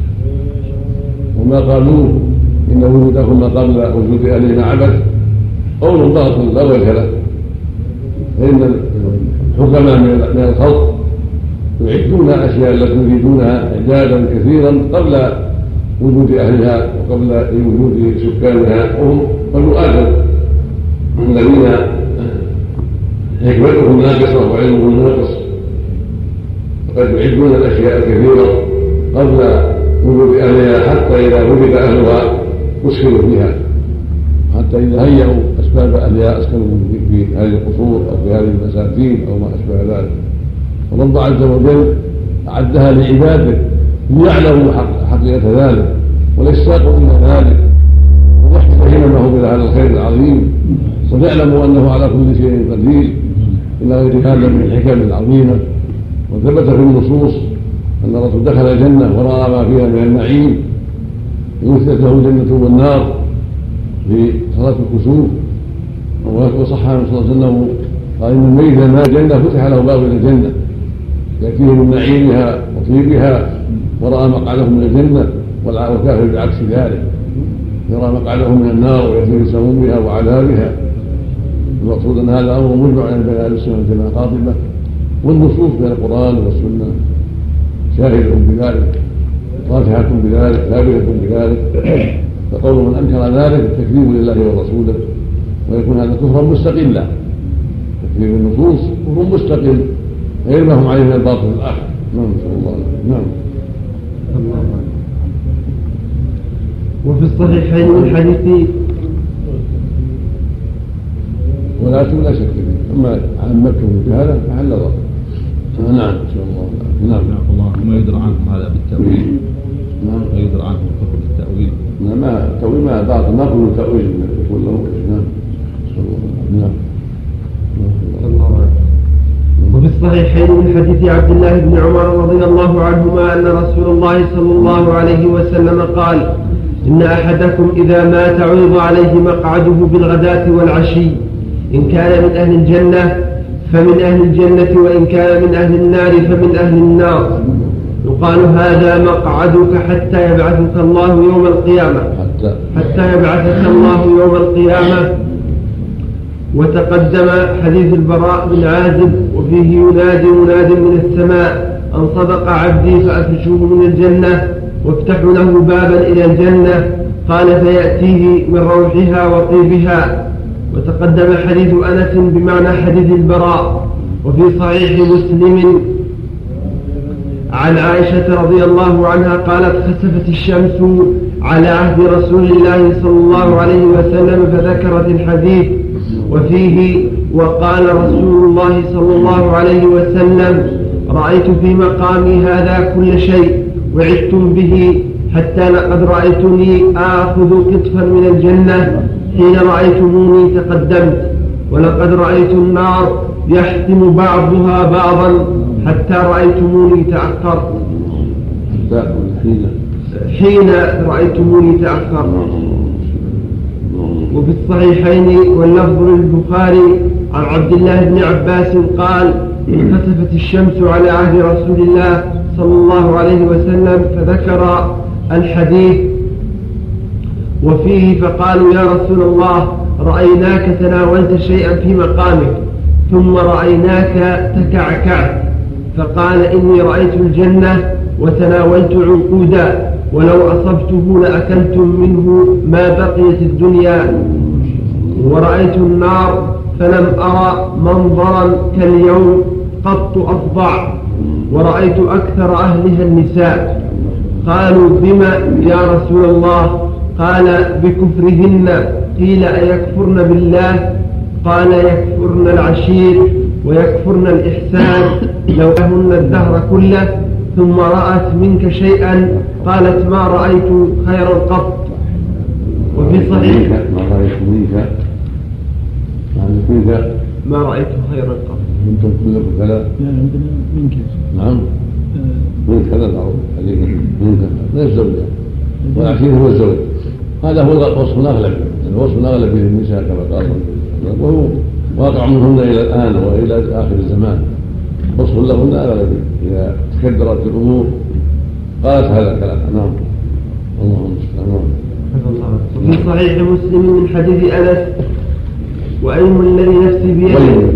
وما قالوه إن وجودهما قبل وجود أهلهما عبث قول باطل لا وجه له، فإن الحكماء من الخلق يعدون أشياء التي يريدونها إعدادا كثيرا قبل وجود أهلها وقبل وجود سكانها، وهم فالمؤدب الذين حكمتهم ناقصة وعلمهم ناقص، فقد يعدون الأشياء الكثيرة قبل وجود أهلها، حتى إذا وجد أهلها أسكنوا فيها، حتى إذا هيئوا أسباب أهلها أسكنوا في هذه القصور أو في هذه المساكين أو ما أشبه ذلك. والله عز وجل أعدها لعباده ليعلموا حقيقة ذلك وليستاقوا إلى ذلك، ويحفظ هممه إلى هذا الخير العظيم، وليعلموا أنه على كل شيء قدير، إلى غير هذا من الحكم العظيمة. وثبت في النصوص أن الرسول دخل الجنة ورأى ما فيها من النعيم، ومثلت له الجنة والنار في صلاة الكسوف. وصح عنه صلى الله عليه وسلم قال إن الميت ما الجنة فتح له باب إلى الجنة يأتيه من نعيمها وطيبها، ورأى مقعده من الجنة، والكافر بعكس ذلك يرى مقعده من النار ويأتيه بسمومها وعذابها. المقصود أن هذا أمر مجمع بين أهل السنة والجماعة قاطبة، والنصوص بين القرآن والسنة شاهدة بذلك، رافعة بذلك، ثابتة بذلك. فقول من أنكر ذلك التكذيب لله ورسوله، ويكون هذا كفرا مستقلا. تكذيب النصوص كفر مستقل غير ما هم عليه من الباطل الآخر. نعم نسأل الله. نعم. وفي الصحيحين من حديث ولا لا شك فيه، أما عمته بهذا فحل ضرر. نعم إن شاء الله. نعم الله. وما يدرى عنه هذا بالتأويل. نعم. ما يدرى عنه الكفر بالتأويل. ما التأويل ما باطل، ما كل تأويل يقول له. نعم. نعم. وفي الصحيحين من حديث عبد الله بن عمر رضي الله عنهما أن رسول الله صلى الله عليه وسلم قال: إن أحدكم إذا مات عرض عليه مقعده بالغداة والعشي، إن كان من أهل الجنة فمن أهل الجنة، وإن كان من أهل النار فمن أهل النار. يقال: هذا مقعدك حتى يبعثك الله يوم القيامة، حتى يبعثك الله يوم القيامة. وتقدم حديث البراء بن عازب وفيه: ينادي مناد من السماء أن صدق عبدي فأفرشوه من الجنة وافتحوا له بابا إلى الجنة، قال: فيأتيه من روحها وطيبها. وتقدم حديث أنس بمعنى حديث البراء. وفي صحيح مسلم عن عائشة رضي الله عنها قالت: خسفت الشمس على عهد رسول الله صلى الله عليه وسلم، فذكرت الحديث وفيه: وقال رسول الله صلى الله عليه وسلم: رأيت في مقامي هذا كل شيء وعدتم به، حتى لقد رأيتني آخذ قطفا من الجنة حين رأيتموني تقدمت، ولقد رأيت النار يحتم بعضها بعضا حتى رأيتموني تأخرت. حين رأيتموني تأخرت. وفي الصحيحين واللفظ للبخاري عن عبد الله بن عباس قال: انخسفت الشمس على عهد رسول الله صلى الله عليه وسلم، فذكر الحديث وفيه: فقالوا: يا رسول الله، رأيناك تناولت شيئا في مقامك، ثم رأيناك تكعكعت. فقال: إني رأيت الجنة وتناولت عنقودا، ولو أصبته لأكلتم منه ما بقيت الدنيا. ورأيت النار فلم أرى منظرا كاليوم قط أفظع، ورأيت أكثر أهلها النساء. قالوا: بما يا رسول الله؟ قال: بكفرهن. قيل: أيكفرن بالله؟ قال: يكفرن العشير ويكفرن الإحسان، لو لهن الدهر كله. ثم رأت منك شيئا قالت: ما رأيت خيرا قط. وفي صحيح: ما رأيت خيرا قط. أنتم كلكم كذا؟ منك. نعم. من كذا معروف حديث من كذا، لا الزوجة، والعشير هو الزوج. هذا هو وصف أغلب، الوصف الأغلب به النساء كما قال، وهو واقع منهن إلى الآن وإلى آخر الزمان. وصف لهن أغلب إذا تكدرت الأمور قالت هذا الكلام. نعم. اللهم المستعان. وفي صحيح مسلم من حديث أنس: وأيم الذي نفسي بيده،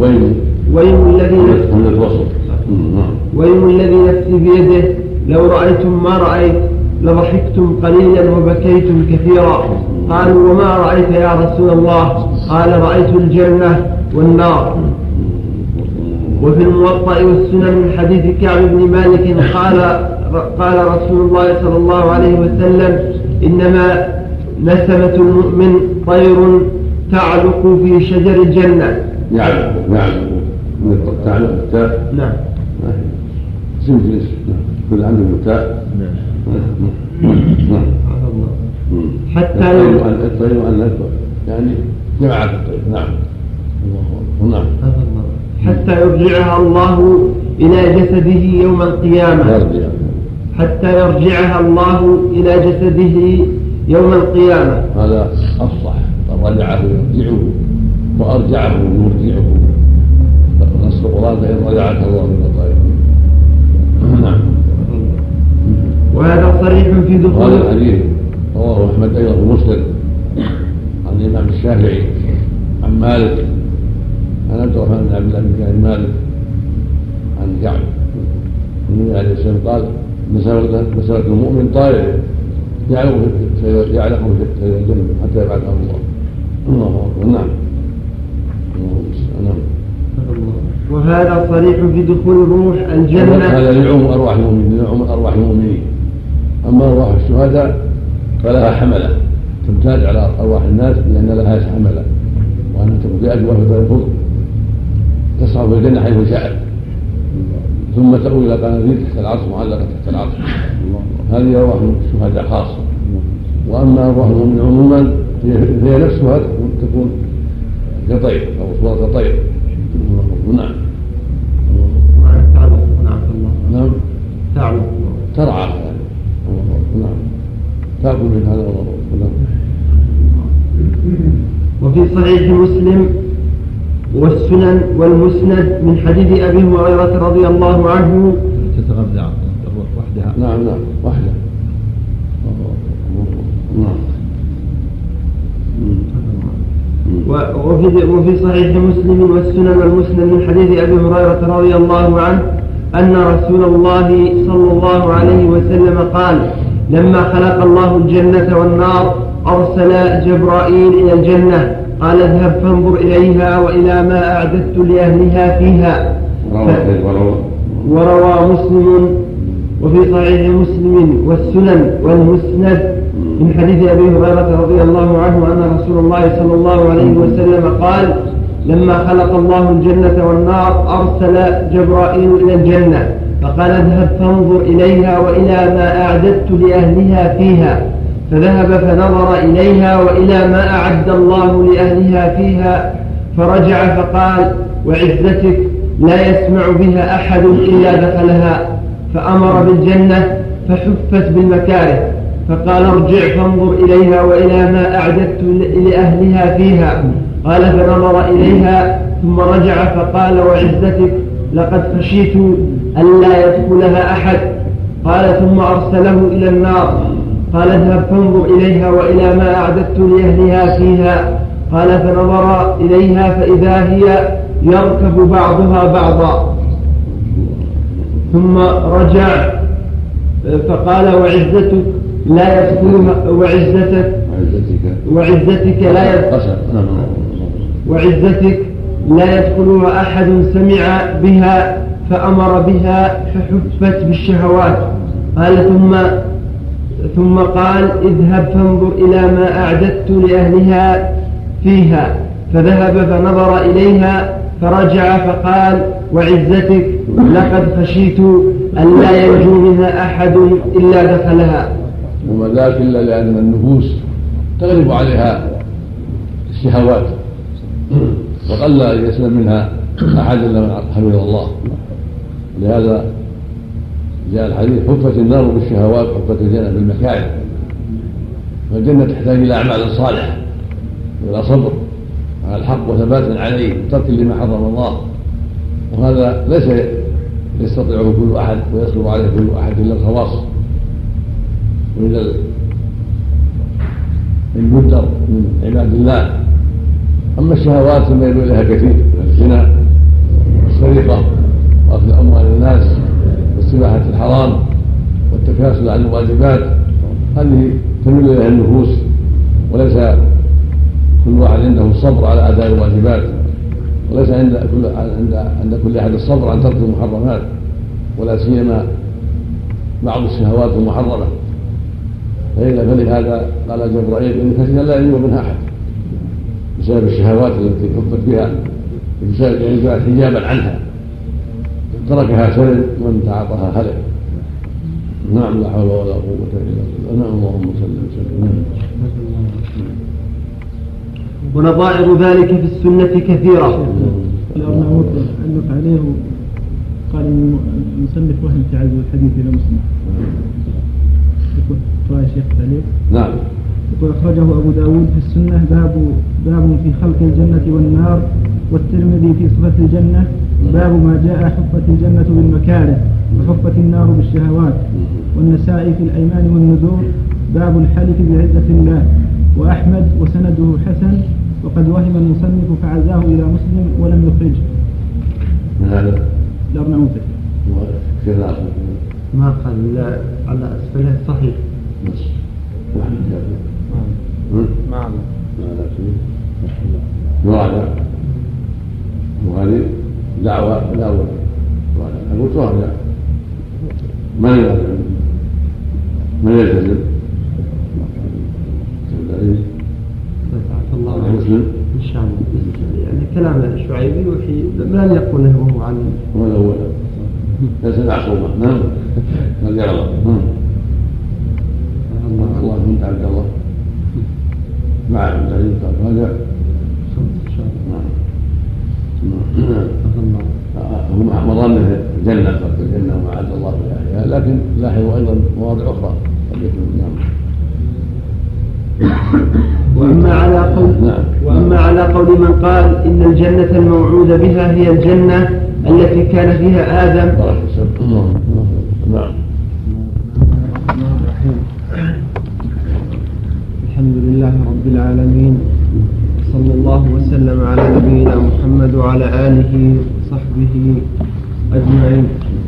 وأيم الذي نفسي بيده، لو رأيتم ما رأيت لضحكتم قليلا وبكيتم كثيرا. قالوا: وما رأيت يا رسول الله؟ قال: رأيت الجنة والنار. وفي الموطأ والسنن من حديث كعب بن مالك قال رسول الله صلى الله عليه وسلم: إنما نسمة المؤمن طير تعلق في شجر الجنة. يعلق تعلق التاء. نعم. اسم جنس كل عنده التاء. حتى الطير أن يعني جماعة الطير. نعم. الله. نعم. حتى يرجعها الله إلى جسده يوم القيامة. حتى يرجعها الله إلى جسده يوم القيامة. هذا أفصح، رجعه يرجعه وأرجعه يرجعه. نص القرآن فإن رجعك الله من الطائر. نعم. وهذا صريح في دخول هذا الحديث رواه أحمد أيضا في مسلم عن الإمام الشافعي عن مالك عن عبد الرحمن بن عبد الله بن كعب مالك عن كعب النبي عليه الصلاة والسلام قال مسألة المؤمن طائر يعلق في الجنة حتى يبعثه الله. الله أكبر. نعم. وهذا صريح في دخول روح الجنة. هذا لعموم أرواح المؤمنين. أما أرواح الشهداء فلها حملة تمتاز على أرواح الناس لأن لها حملة، وأن تكون في أجواء الفضل تصعد في الجنة حيث شاءت ثم تأوي إلى قناديل تحت العرش معلقة تحت العرش. هذه أرواح الشهداء خاصة. وأما أرواح المؤمنين عموما هي نفسها تكون كطير أو صورة طير. نعم. نعم. ترعى يعني. نعم. تأكل من هذا الغرور. وفي صحيح مسلم والسنن والمسند من حديث أبي هريرة رضي الله عنه تتغذى وحدها. نعم وحدها. وفي صحيح مسلم والسنن والمسند من حديث أبي هريرة رضي الله عنه أن رسول الله صلى الله عليه وسلم قال: لما خلق الله الجنة والنار أرسل جبرائيل إلى الجنة قال: اذهب فانظر إليها وإلى ما أعددت لأهلها فيها. وروى مسلم وفي صحيح مسلم والسنن والمسند من حديث أبي هريرة رضي الله عنه أن رسول الله صلى الله عليه وسلم قال: لما خلق الله الجنة والنار أرسل جبرائيل إلى الجنة فقال: اذهب فانظر إليها وإلى ما أعددت لأهلها فيها. فذهب فنظر إليها وإلى ما أعد الله لأهلها فيها، فرجع فقال: وعزتك لا يسمع بها أحد إلا دخلها. فأمر بالجنة فحفت بالمكاره، فقال: ارجع فانظر إليها وإلى ما أعددت لأهلها فيها. قال: فنظر إليها ثم رجع فقال: وعزتك لقد خشيت ألا يدخلها أحد. قال: ثم أرسله إلى النار قال: اذهب فانظر إليها وإلى ما أعددت لأهلها فيها. قال: فنظر إليها فإذا هي يركب بعضها بعضا. ثم رجع فقال: وعزتك لا يدخلها وعزتك لا يدخلها أحد سمع بها فأمر بها فحفت بالشهوات. قال: ثم قال: اذهب فانظر إلى ما أعددت لأهلها فيها. فذهب فنظر إليها فرجع فقال: وعزتك لقد خشيت ألا ينجو منها أحد إلا دخلها. وما ذاك إلا لأن النفوس تغلب عليها الشهوات وقل يسلم منها أحد إلا من حمد الله. لهذا جاء الحديث: حفت النار بالشهوات حفت الجنة بالمكاره. فالجنة تحتاج إلى أعمال صالحة وإلى صبر على الحق وثبات عليه وترك لما حرم الله، وهذا ليس يستطيعه كل أحد ويصبر عليه كل أحد إلا الخواص وإلا المدر من عباد الله. أما الشهوات فميل إليها كثير من الزنا والسرقة وأخذ أموال الناس واستباحة الحرام والتكاسل عن الواجبات، هذه تميل إليها النفوس، وليس كل واحد عنده الصبر على أداء الواجبات، وليس عند كل أحد الصبر عن ترك المحرمات، ولا سيما بعض الشهوات المحرمة. فلهذا قال جبرائيل: إن خشينا لا ينجو منها أحد بسبب الشهوات التي حفت بها، بسبب يعني حجابا عنها، تركها سلم ومن تعاطاها هلك. نعم. لا حول ولا قوة إلا بالله. نعم. اللهم صل وسلم. ونظائر ذلك في السنة كثيرة، الأرناؤوط علق عليه قال المصنف وهم في عزو الحديث إلى مسلم. يقول شيخ تعليق. نعم. يقول أخرجه أبو داود في السنة باب في خلق الجنة والنار، والترمذي في صفة الجنة باب ما جاء حفت الجنة بالمكاره وحفت النار بالشهوات، والنسائي في الأيمان والنذور باب الحلف بعزة الله، وأحمد وسنده حسن، وقد وهم المصنف فعزاه إلى مسلم ولم يخرجه. هذا الأرناؤوط ما قال على أسفله صحيح. وهذا وهذه دعوة الأول أقول صار من يلتزم الله مسلم إن شاء الله. يعني كلام الشعيبي يوحي من يقول له وهو عن ولا هو ليس معصوما. نعم رضي الله. الله من عبد الله مع الدليل هذا هم مظنه الجنة فرق الجنة وما عز الله في الأحياء، لكن لاحظوا أيضا مواضع أخرى قد يكون. وأما على قول من قال إن الجنة الموعود بها هي الجنة التي كان فيها آدم. نعم. الحمد لله رب العالمين، صلى الله وسلم على نبينا محمد وعلى آله وصحبه أجمعين.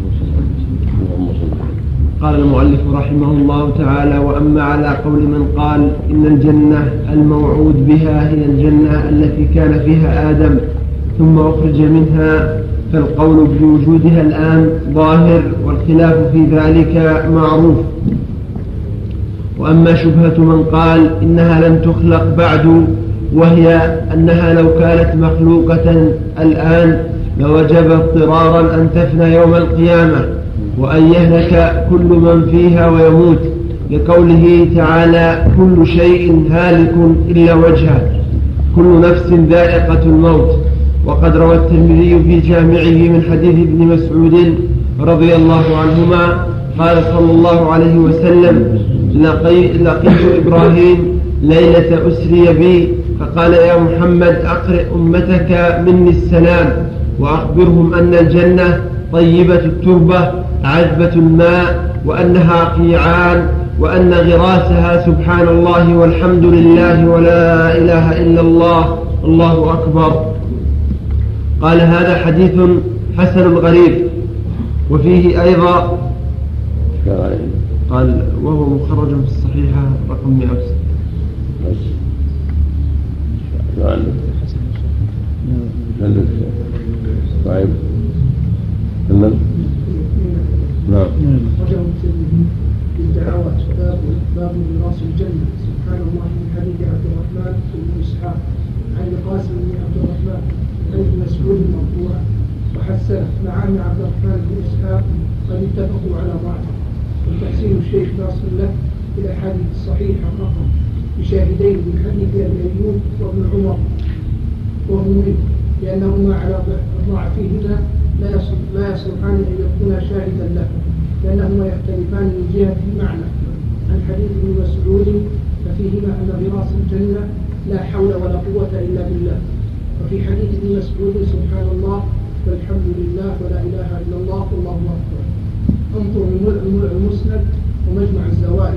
قال المؤلف رحمه الله تعالى: وأما على قول من قال إن الجنة الموعود بها هي الجنة التي كان فيها آدم ثم أخرج منها، فالقول بوجودها الآن ظاهر، والخلاف في ذلك معروف. وأما شبهة من قال إنها لم تخلق بعد، وهي أنها لو كانت مخلوقة الآن لوجب اضطرارا أن تفنى يوم القيامة وأن يهلك كل من فيها ويموت، لقوله تعالى: كل شيء هالك إلا وجهه، كل نفس ذائقة الموت. وقد روى الترمذي في جامعه من حديث ابن مسعود رضي الله عنهما قال صلى الله عليه وسلم: لقيت إبراهيم ليلة أسري بي فقال: يا محمد أقرئ أمتك مني السلام وأخبرهم أن الجنة طيبة التربة عذبة الماء، وأنها قيعان، وأن غراسها سبحان الله والحمد لله ولا إله إلا الله الله أكبر. قال: هذا حديث حسن غريب. وفيه أيضا قال: وهو مخرج في الصحيحة رقم 106. طيب. نعم. في الدعوات باب ميراث الجنة سبحان الله من حديث عبد الرحمن بن إسحاق عن القاسم بن عبد الرحمن عن ابن مسعود مرفوعا وحسنه، مع أن عبد الرحمن بن إسحاق قد اتفقوا على ضعفه، وتحسين الشيخ ناصر له بالأحاديث الصحيحة رقم بشاهدين من حديث أبي أيوب وابن عمر وهو منه، لأنهما على ضعفهما لا يصلحان أن يكونا شاهدا له، لأنهما يختلفان من جهة المعنى. عن حديث ابن مسعود ففيهما أن غراس الجنة لا حول ولا قوة إلا بالله، وفي حديث ابن مسعود سبحان الله والحمد لله ولا إله إلا الله والله أكبر. انظر المسند ومجمع الزوائد.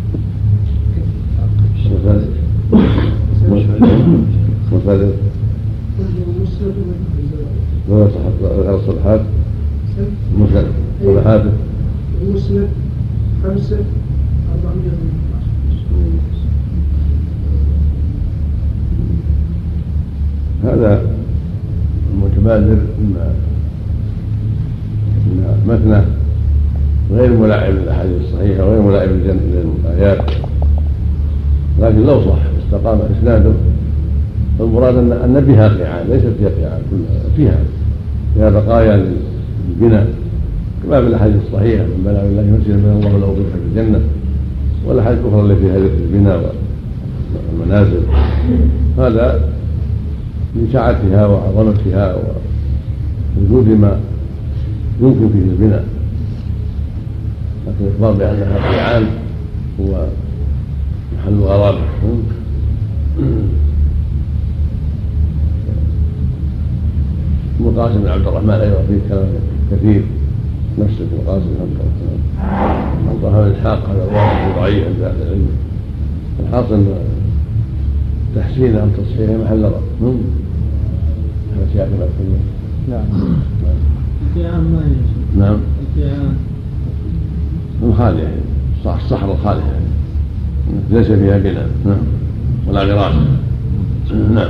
مفادر المسند ومجمع الزوائد. ولا الصفحات مسند صفحات المسند 5 هذا المتبادر من مثنى غير ملاعب للاحاديث الصحيحه وغير ملاعب للايات، لكن لو صح استقام اسناده فالمراد ان بها قيعان، ليست فيها قيعان، فيها بقايا للبناء كما في الاحاديث الصحيحه: من بنى بالله مسجدا بنى الله له بيتا في الجنه، والاحاديث الاخرى التي فيها ذكر البناء والمنازل. هذا من سعتها وعظمتها ووجود ما يمكن فيه البناء، لكن الإخبار بأنها قيعان هو محل غرابة. القاسم بن عبد الرحمن أيضا فيه كلام كثير، نفس القاسم بن عبد الرحمن الحاق هذا الواقع ضعيف عند أهل العلم. الحاصل تحسينه أو تصحيحه محل نظر. هذا شيء كما تقول. نعم. الخالية الصحراء الخالية ليس فيها بناء ولا غراس. نعم.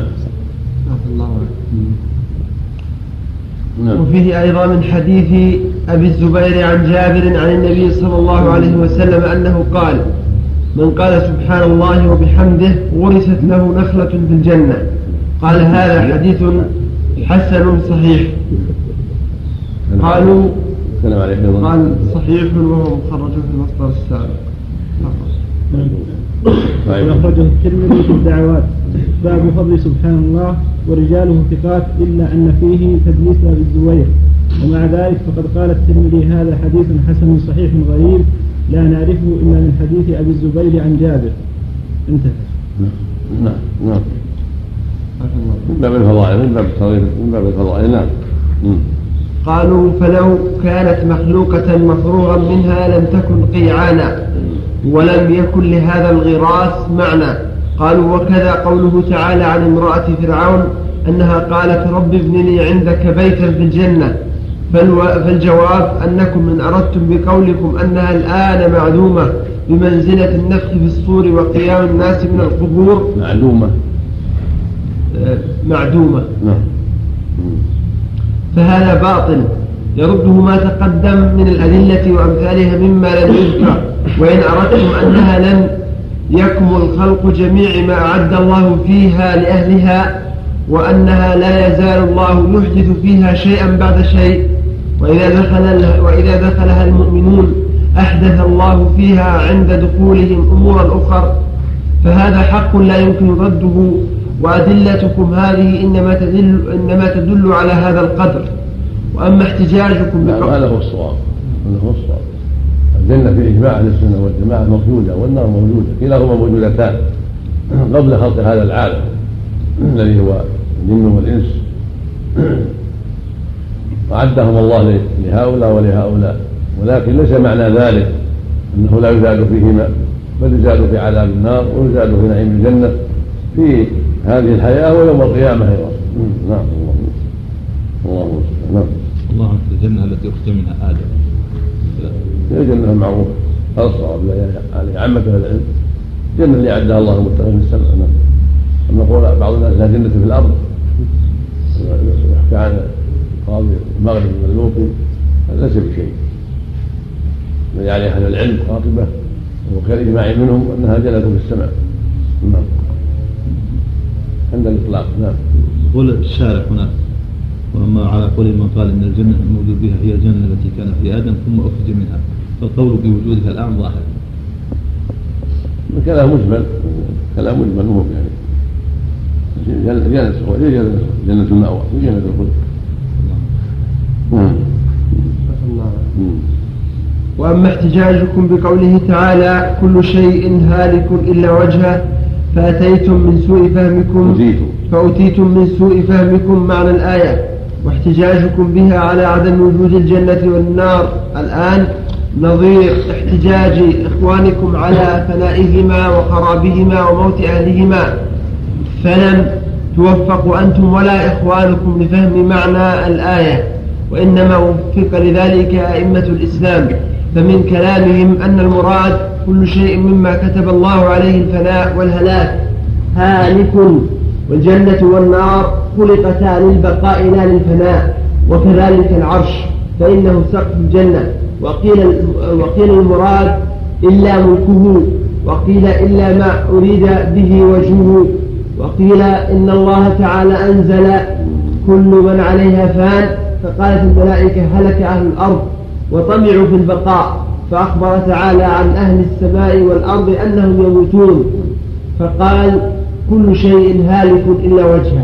وفيه أيضا من حديث أبي الزبير عن جابر عن النبي صلى الله عليه وسلم أنه قال: من قال سبحان الله وبحمده ورثت له نخلة في الجنة. قال: هذا حديث حسن صحيح. قالوا قال صحيح وهو مخرج في المصدر السابق. وأخرجه الترمذي في الدعوات باب فضل سبحان الله ورجاله ثقات إلا أن فيه تدليس أبي الزبير، ومع ذلك فقد قال الترمذي هذا حديث حسن صحيح غريب لا نعرفه إلا من حديث أبي الزبير عن جابر. انتهى. نعم. من باب الفضائل من باب الفضائل. نعم. قالوا: فلو كانت مخلوقة مفروغا منها لم تكن قيعانا ولم يكن لهذا الغراس معنى. قالوا: وكذا قوله تعالى عن امرأة فرعون أنها قالت: رب ابن لي عندك بيتا في الجنة. فالجواب أنكم إن أردتم بقولكم أنها الآن معدومة بمنزلة النفخ في الصور وقيام الناس من القبور معدومة فهذا باطل يرده ما تقدم من الأدلة وأمثالها مما لم يذكر. وإن أردتم أنها لن يكمل الخلق جميع ما أعد الله فيها لأهلها وأنها لا يزال الله يحدث فيها شيئا بعد شيء، وإذا دخلها المؤمنون أحدث الله فيها عند دخولهم أمورا أخرى، فهذا حق لا يمكن رده. وأدلتكم هذه إنما تدل على هذا القدر. وأما احتجاجكم هذا هو الصواب. الجنة في إجماع أهل السنة والجماعة موجودة والنار موجودة، كلاهما موجودتان قبل خلق هذا العالم الذي هو الجن والإنس، وعدهم الله لهؤلاء ولهؤلاء، ولكن ليس معنى ذلك أنه لا يزاد فيهما، بل يزاد في عذاب النار ويزاد في نعيم الجنة في هذه الحياة ويوم القيامة أيضا. نعم. الله في الجنة التي أخرج منها آدم. هي الجنة المعروفة الصواب على عامة العلم، الجنة اللي أعدها الله المتقين في السماء. أما يقول بعض الناس لا جنة في الأرض، يحكى عن قاضي المغرب الملوكي، ليس بشيء، يعني أهل العلم قاطبة وكالإجماع منهم أنها جنة في السماء. نعم. عند الإطلاق. نعم. يقول الشارع هناك: وأما على قول من قال إن الجنة الموجود بها هي الجنة التي كان في آدم ثم أخرج منها، فالقول بوجودها الآن ظاهر. كلام مجمل مهم، يعني جنة المأوى وجنة الخلد. وأما احتجاجكم بقوله تعالى: كل شيء هالك إلا وجهه فأتيتم من سوء فهمكم معنى الآية، واحتجاجكم بها على عدم وجود الجنة والنار الآن نظير احتجاج إخوانكم على فنائهما وخرابهما وموت أهلهما، فلم توفقوا أنتم ولا إخوانكم لفهم معنى الآية، وإنما وفق لذلك أئمة الإسلام، فمن كلامهم أن المراد كل شيء مما كتب الله عليه الفناء والهلاك هالك، والجنة والنار خلقتا للبقاء لا للفناء، وكذلك العرش فإنه سقف الجنة. وقيل المراد إلا ملكه، وقيل إلا ما أريد به وجهه، وقيل إن الله تعالى أنزل كل من عليها فان، فقالت الملائكة هلك أهل الأرض وطمعوا في البقاء، فأخبر تعالى عن أهل السماء والأرض أنهم يموتون، فقال كل شيء هالك إلا وجهه.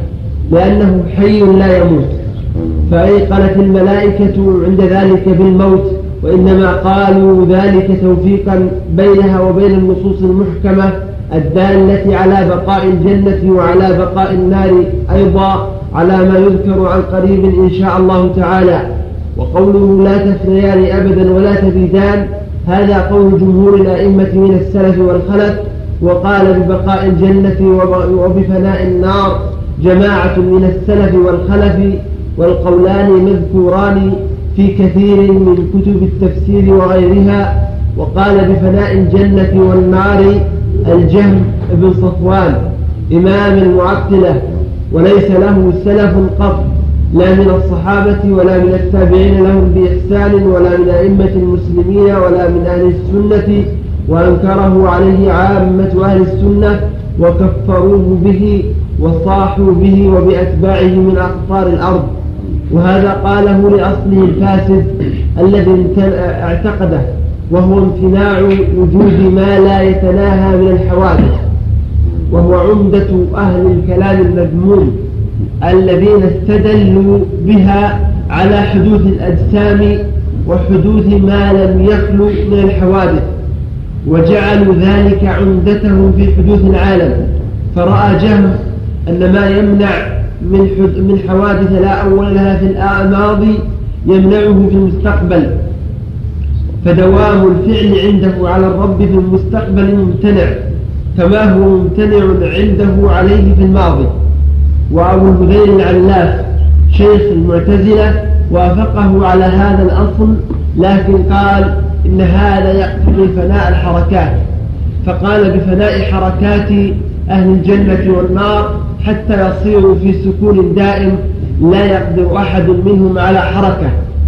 لأنه حي لا يموت، فأيقنت الملائكة عند ذلك بالموت، وإنما قالوا ذلك توفيقا بينها وبين النصوص المحكمة الدالة على بقاء الجنة وعلى بقاء النار أيضا على ما يذكر عن قريب إن شاء الله تعالى. وقوله لا تفنيان أبدا ولا تبيدان هذا قول جمهور الأئمة من السلف والخلف، وقال ببقاء الجنة وبفناء النار جماعة من السلف والخلف، والقولان مذكوران في كثير من كتب التفسير وغيرها. وقال بفناء الجنة والنار الجهم بن صفوان إمام المعطلة، وليس له سلف قط لا من الصحابة ولا من التابعين لهم بإحسان ولا من أئمة المسلمين ولا من أهل السنة، وأنكره عليه عامة أهل السنة وكفروه به وصاحوا به وبأتباعه من أقطار الأرض. وهذا قاله لأصله الفاسد الذي اعتقده، وهو امتناع وجود ما لا يتناهى من الحوادث، وهو عمدة أهل الكلام المذموم الذين استدلوا بها على حدوث الأجسام وحدوث ما لم يخلو من الحوادث، وجعلوا ذلك عمدتهم في حدوث العالم. فرأى جهم أن ما يمنع من حوادث لا أول لها في الماضي يمنعه في المستقبل، فدوام الفعل عنده على الرب في المستقبل ممتنع كما هو ممتنع عنده عليه في الماضي. وأبو الهذيل العلاف شيخ المعتزلة وافقه على هذا الأصل، لكن قال إن هذا يقتضي فناء الحركات، فقال بفناء حركات أهل الجنة والنار حتى يصيروا في سكون دائم لا يقدر أحد منهم على حركة.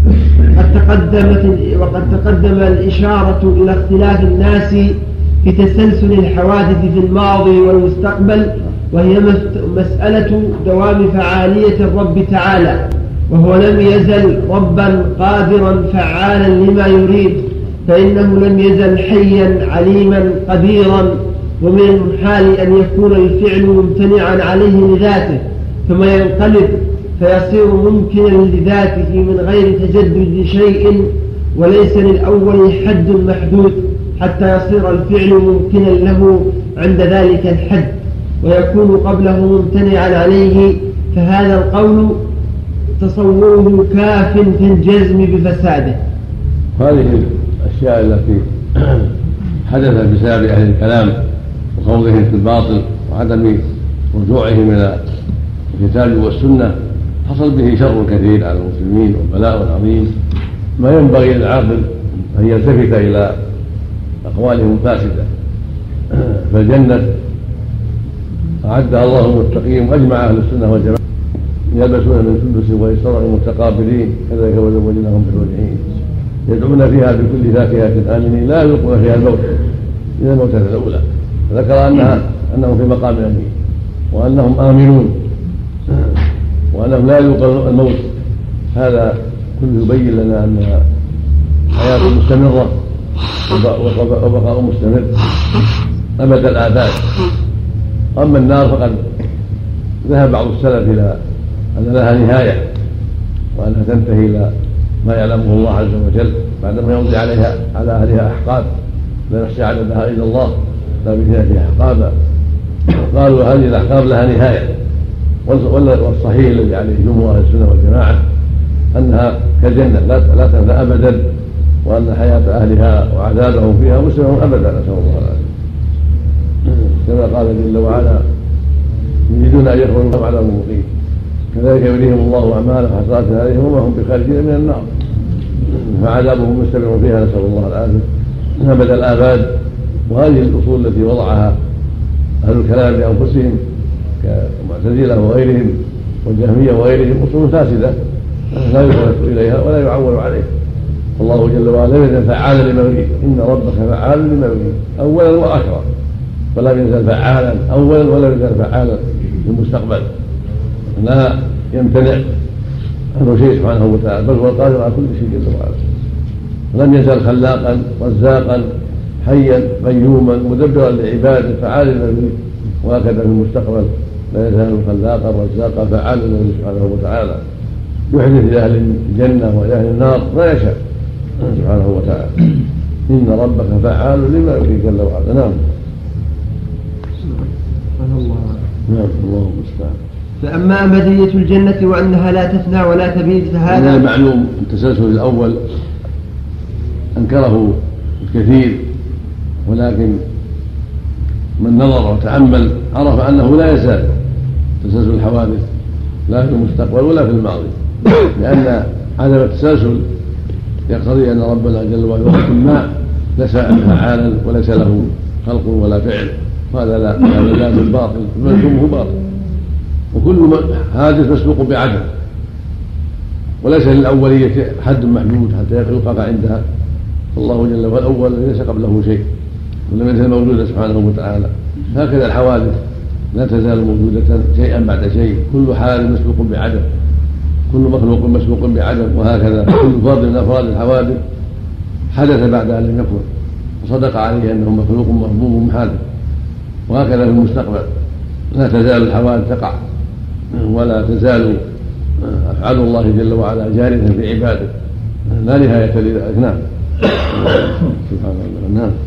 وقد تقدم الإشارة إلى اختلاف الناس في تسلسل الحوادث في الماضي والمستقبل، وهي مسألة دوام فعالية الرب تعالى، وهو لم يزل ربا قادرا فعالا لما يريد، فإنه لم يزل حيا عليما قديرا، ومن المحال أن يكون الفعل ممتنعا عليه لذاته ثم ينقلب فيصير ممكنا لذاته من غير تجدد شيء، وليس للأول حد محدود حتى يصير الفعل ممكنا له عند ذلك الحد ويكون قبله ممتنعا عليه. فهذا القول تصوره كاف في الجزم بفساده. هذه الأشياء التي حدثت بسبب أهل الكلام وخوضهم في الباطل وعدم رجوعهم إلى الكتاب والسنة حصل به شر كثير على المسلمين وبلاء عظيم، ما ينبغي للعاقل أن يلتفت إلى أقوالهم الفاسدة. فالجنة أعدها الله المتقين، وأجمع أهل السنة والجماعة يلبسون من سندس وإستبرق متقابلين كذلك وزوجناهم بحور عين يدعون فيها بكل فاكهة آمنين لا يذوقون فيها الموت إلى الموتة الأولى. ذكر أنهم في مقام أمين وأنهم آمنون وأنهم لا يذوقون الموت. هذا كله يبين لنا أن حياة مستمرة وبقاء مستمر أبد الآباد. أما النار فقد ذهب بعض السلف إلى أن لها نهاية وأنها تنتهي إلى ما يعلمه الله عز وجل بعدما يمضي على أهلها أحقاب لا يخشى عددها إلا الله لا بها فيها أحقابا. قالوا هذه الأحقاب لها نهاية، والصحيح الذي عليه جمهور أهل السنة والجماعة أنها كالجنة لا تنفى أبدا، وأن حياة أهلها وعذابهم فيها مسلم أبدا، نسأل الله العافية. كما قال جل وعلا يريدون أن يخرجوا على المقيم كذلك يريهم الله أعمالهم حسرات عليهم وما هم بخارجين من النار، فعذابهم مستمر فيها، نسأل الله العافية أبد الآباد. وهذه الأصول التي وضعها أهل الكلام بأنفسهم كمعتزلة وغيرهم والجهمية وغيرهم أصول فاسدة لا يلتفت إليها ولا يعول عليها. الله جل وعلا لم يزل فعالا لما يريد، إن ربك فعال لما يريد أولا وآخرا، فلم يزل فعالا أولا ولا يزل فعالا في المستقبل، لا يمتنع عنه شيء سبحانه وتعالى، بل هو القادر على كل شيء جل وعلا. لم يزل خلاقا رزاقا حيا قيوما مدبرا لعباده فعالا لما يريد، وهكذا في المستقبل لا يزال خلاقا رزاقا فعالا له سبحانه وتعالى، يحدث لأهل الجنة ولأهل النار ما يشاء سبحانه وتعالى. إن ربك فعال لما يريد جل وعلا. نعم. نعم الله المستعان. فأما أبدية الجنة وأنها لا تفنى ولا تبيد فهذا معلوم. التسلسل الأول أنكره الكثير، ولكن من نظر وتأمل عرف أنه لا يزال تسلسل الحوادث لا في المستقبل ولا في الماضي، لأن عدم التسلسل يقتضي أن ربنا جل وعلا وقت ما ليس فعالا وليس له خلق ولا فعل، وهذا لازم باطل، ملزومه باطل. وكل حادث مسبوق بعدم، وليس للأولية حد محدود حتى يقف عندها، فالله جل وعلا الأول ليس قبله شيء ولم يزل موجودا سبحانه وتعالى. هكذا الحوادث لا تزال موجودة شيئا بعد شيء، كل حال مسبوق بعدم، كل مخلوق مسبوق بعدم، وهكذا كل فرد من أفراد الحوادث حدث بعد أن لم يكن، وصدق عليه أنه مخلوق محبوب حادث. وهكذا في المستقبل لا تزال الحوادث تقع، ولا تزال أفعال الله جل وعلا جارية في عباده لا نهاية لذلك. نعم. سبحان الله. نعم.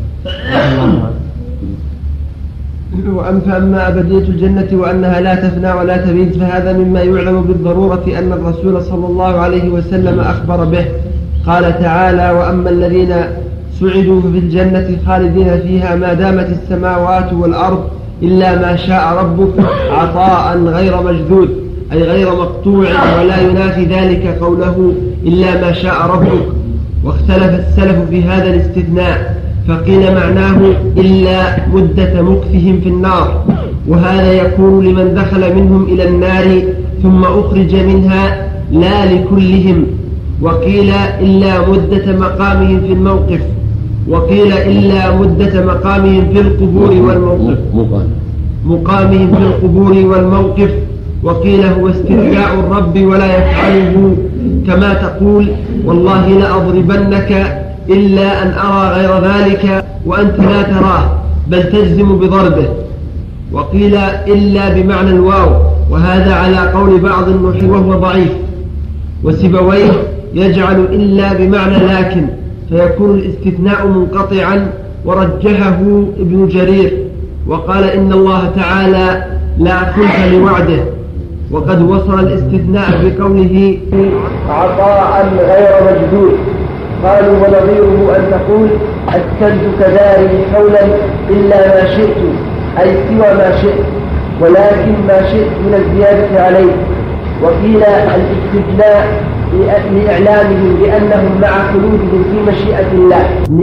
فأما أبدية الجنة وأنها لا تفنى ولا تبيد فهذا مما يعلم بالضرورة أن الرسول صلى الله عليه وسلم أخبر به. قال تعالى: وأما الذين سعدوا في الجنة خالدين فيها ما دامت السماوات والأرض إلا ما شاء ربك عطاء غير مجدود، أي غير مقطوع، ولا ينافي ذلك قوله إلا ما شاء ربك. واختلف السلف في هذا الاستثناء، فقيل معناه إلا مدة مكثهم في النار، وهذا يكون لمن دخل منهم إلى النار ثم أخرج منها لا لكلهم. وقيل إلا مدة مقامهم في الموقف، وقيل إلا مدة مقامهم في القبور والموقف، مقامهم في القبور والموقف. وقيل هو استدعاء الرب ولا يفعله، كما تقول: والله لأضربنك إلا أن أرى غير ذلك وأنت لا تراه، بل تجزم بضربه. وقيل إلا بمعنى الواو، وهذا على قول بعض النحو وهو ضعيف. وسيبويه يجعل إلا بمعنى لكن، فيكون الاستثناء منقطعا، ورجحه ابن جرير وقال إن الله تعالى لا خلف لوعده، وقد وصل الاستثناء بقوله عطاء غير مجدود. قالوا ونظيره أن تقول أسكنتك داري حولا إلا ما شئت، أي سوى ما شئت، ولكن ما شئت من الزيادة عليه. وقيل الاستثناء لإعلامهم بأنهم مع خلودهم في مشيئة الله،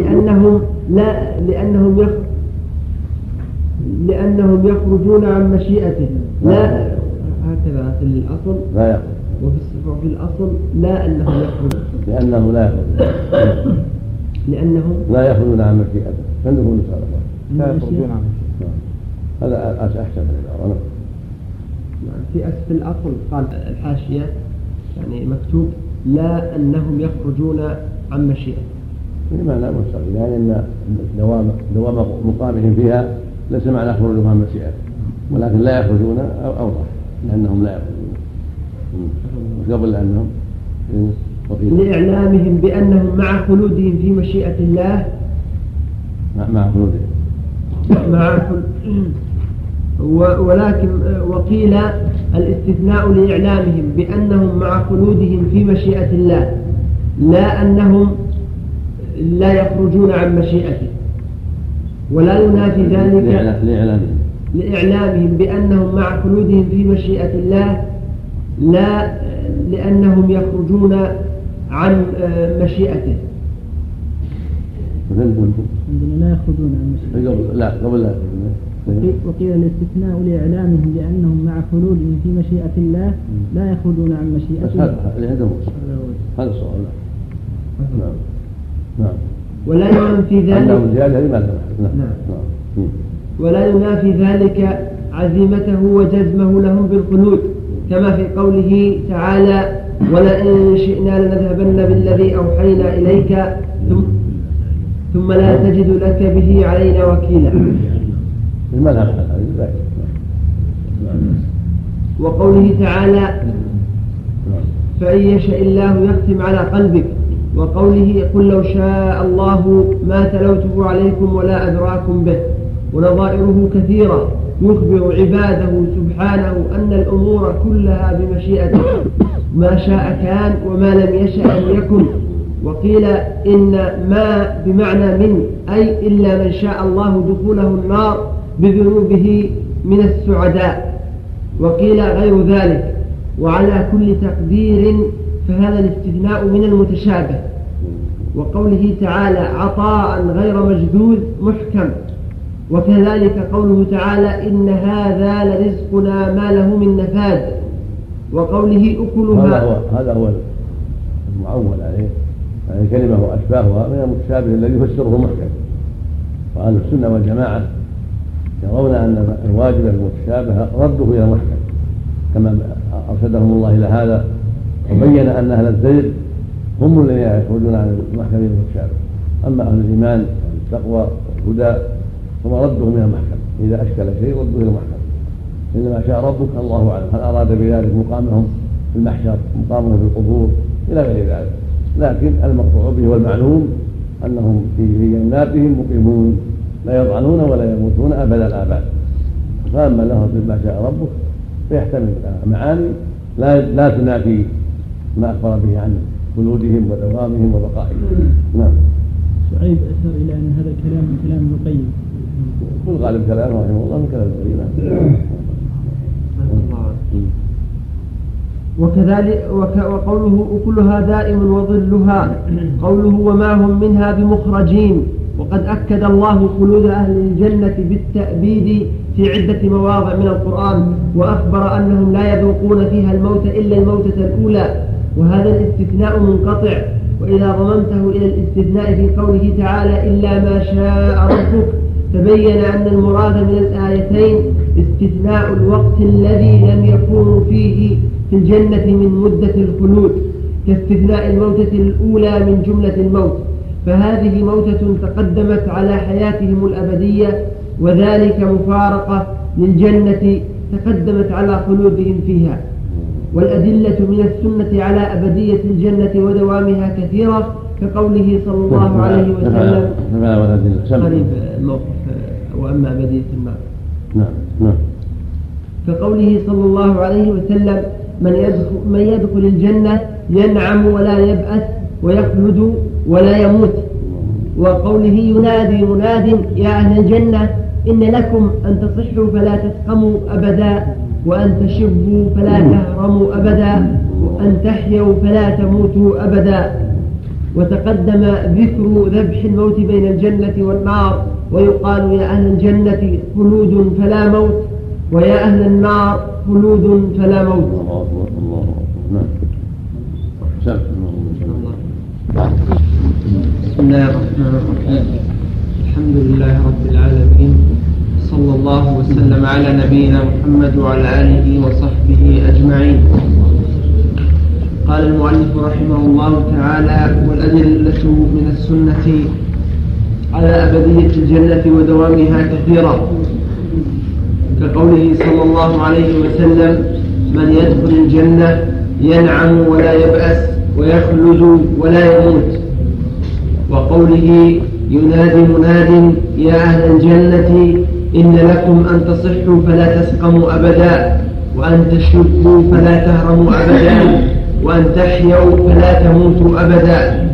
لأنهم يخرجون عن مشيئته. لا هكذا في الأصل، لا يخرج. وفي الأصل لا أنهم يخرجون، لأنهم لا يخرجون، لأنهم لا يخرجون عن مشيئته، فإنهم لا يخرجون عن مشيئته. هذا أحسن العبارة. في الأصل قال الحاشية يعني مكتوب لا أنهم يخرجون عن مشيئته، بمعنى مستقيم، يعني أن دوام مقامهم فيها ليس معنى خروجهم عن مشيئته، ولكن لا يخرجون أوضح، لأنهم لا يخرجون قبل أنهم لإعلامهم بأنهم مع خلودهم في مشيئة الله، مع خلودهم ولكن وقيل الاستثناء لإعلامهم بأنهم مع خلودهم في مشيئة الله، لا أنهم لا يخرجون عن مشيئته. ولا ينافي ذلك لإعلامهم بأنهم مع خلودهم في مشيئة الله، لا لأنهم يخرجون عن مشيئته. عندنا لا يخرجون عن مشيئته. لا قبل لا. وقيل الاستثناء لإعلامهم بأنهم مع خلودهم في مشيئة الله لا يخرجون عن مشيئته. هذا الصواب. نعم. ولا ينافي ذلك ولا ينافي ذلك عزيمته وجزمه لهم بالخلود، كما في قوله تعالى: ولئن شئنا لنذهبن بالذي أوحينا إليك ثم لا تجد لك به علينا وكيلا. المذهب هذا وقوله تعالى فإن يشاء الله يختم على قلبك، وقوله قل لو شاء الله ما تلوته عليكم ولا أدراكم به، ونظائره كثيرة يخبر عباده سبحانه أن الأمور كلها بمشيئته، ما شاء كان وما لم يشاء لم يكن. وقيل إن ما بمعنى من، أي إلا من شاء الله دخوله النار بذنوبه من السعداء، وقيل غير ذلك. وعلى كل تقدير فهذا الاستثناء من المتشابه. وقوله تعالى عطاء غير مجدود محكم، وكذلك قوله تعالى إن هذا لرزقنا ما له من نفاد، وقوله أكلها. هذا هو المعول عليه، يعني الكلمة وأشباهها من المتشابه الذي يفسره محكم. وأهل السنة والجماعة يرون أن الواجب المتشابه رده إلى المحكم، كما أرشدهم الله إلى هذا وبين أن أهل الزيغ هم الذين يخرجون عن المحكم إلى المتشابه. أما أهل الإيمان والتقوى والهدى فما رده من المحكم، إذا أشكل شيء رده إلى المحكم. إنما شاء ربك الله أعلم، هل أراد بذلك مقامهم في المحشر، مقامهم في القبور، إلى غير ذلك. لكن المقطوع به والمعلوم أنهم في جناتهم مقيمون لا يطعنون ولا يموتون أبد الآباد. فأما لهم ما شاء ربك فيحتمل معاني لا تنافي ما أخبر به عن خلودهم ودوامهم وبقائهم. نعم. شعيب أشار إلى أن هذا الكلام من كلام ابن القيم. كل غالب كلامه رحمه الله من كلام ابن القيم. وكذلك وقوله أكلها دائم وظلها، قوله وما هم منها بمخرجين. وقد أكد الله خلود أهل الجنة بالتأبيد في عدة مواضع من القرآن، وأخبر أنهم لا يذوقون فيها الموت إلا الموتة الأولى، وهذا الاستثناء منقطع. وإذا ضممته إلى الاستثناء في قوله تعالى إلا ما شاء ربك تبين أن المراد من الآيتين استثناء الوقت الذي لم يكونوا فيه في الجنة من مدة الخلود، كاستثناء الموتة الأولى من جملة الموت، فهذه موتة تقدمت على حياتهم الأبدية، وذلك مفارقة للجنة تقدمت على خلودهم فيها. والأدلة من السنة على أبدية الجنة ودوامها كثيرة، كقوله صلى الله عليه وسلم قريب الموقف وأما أبدية النار. نعم. كقوله صلى الله عليه وسلم من يدخل الجنة ينعم ولا يبأس ويخلد ولا يموت. وقوله ينادي مناد يا أهل الجنة إن لكم أن تصحوا فلا تسقموا أبدا، وأن تشبوا فلا تهرموا أبدا، وأن تحيوا فلا تموتوا أبدا. وتقدم ذكر ذبح الموت بين الجنة والنار، ويقال يا أهل الجنة خلود فلا موت، ويا أهل النار خلود فلا موت. بسم الله الرحمن الرحيم. الحمد لله رب العالمين، صلى الله وسلم على نبينا محمد وعلى آله وصحبه أجمعين. قال المؤلف رحمه الله تعالى: والأدلة من السنة على أبدية الجنة ودوامها كثيرة، كقوله صلى الله عليه وسلم من يدخل الجنة ينعم ولا يبأس ويخلد ولا يموت. وقوله ينادي مناد يا أهل الجنة إن لكم أن تصحوا فلا تسقموا أبدا، وأن تشبوا فلا تهرموا أبدا، وأن تحيوا فلا تموتوا أبدا.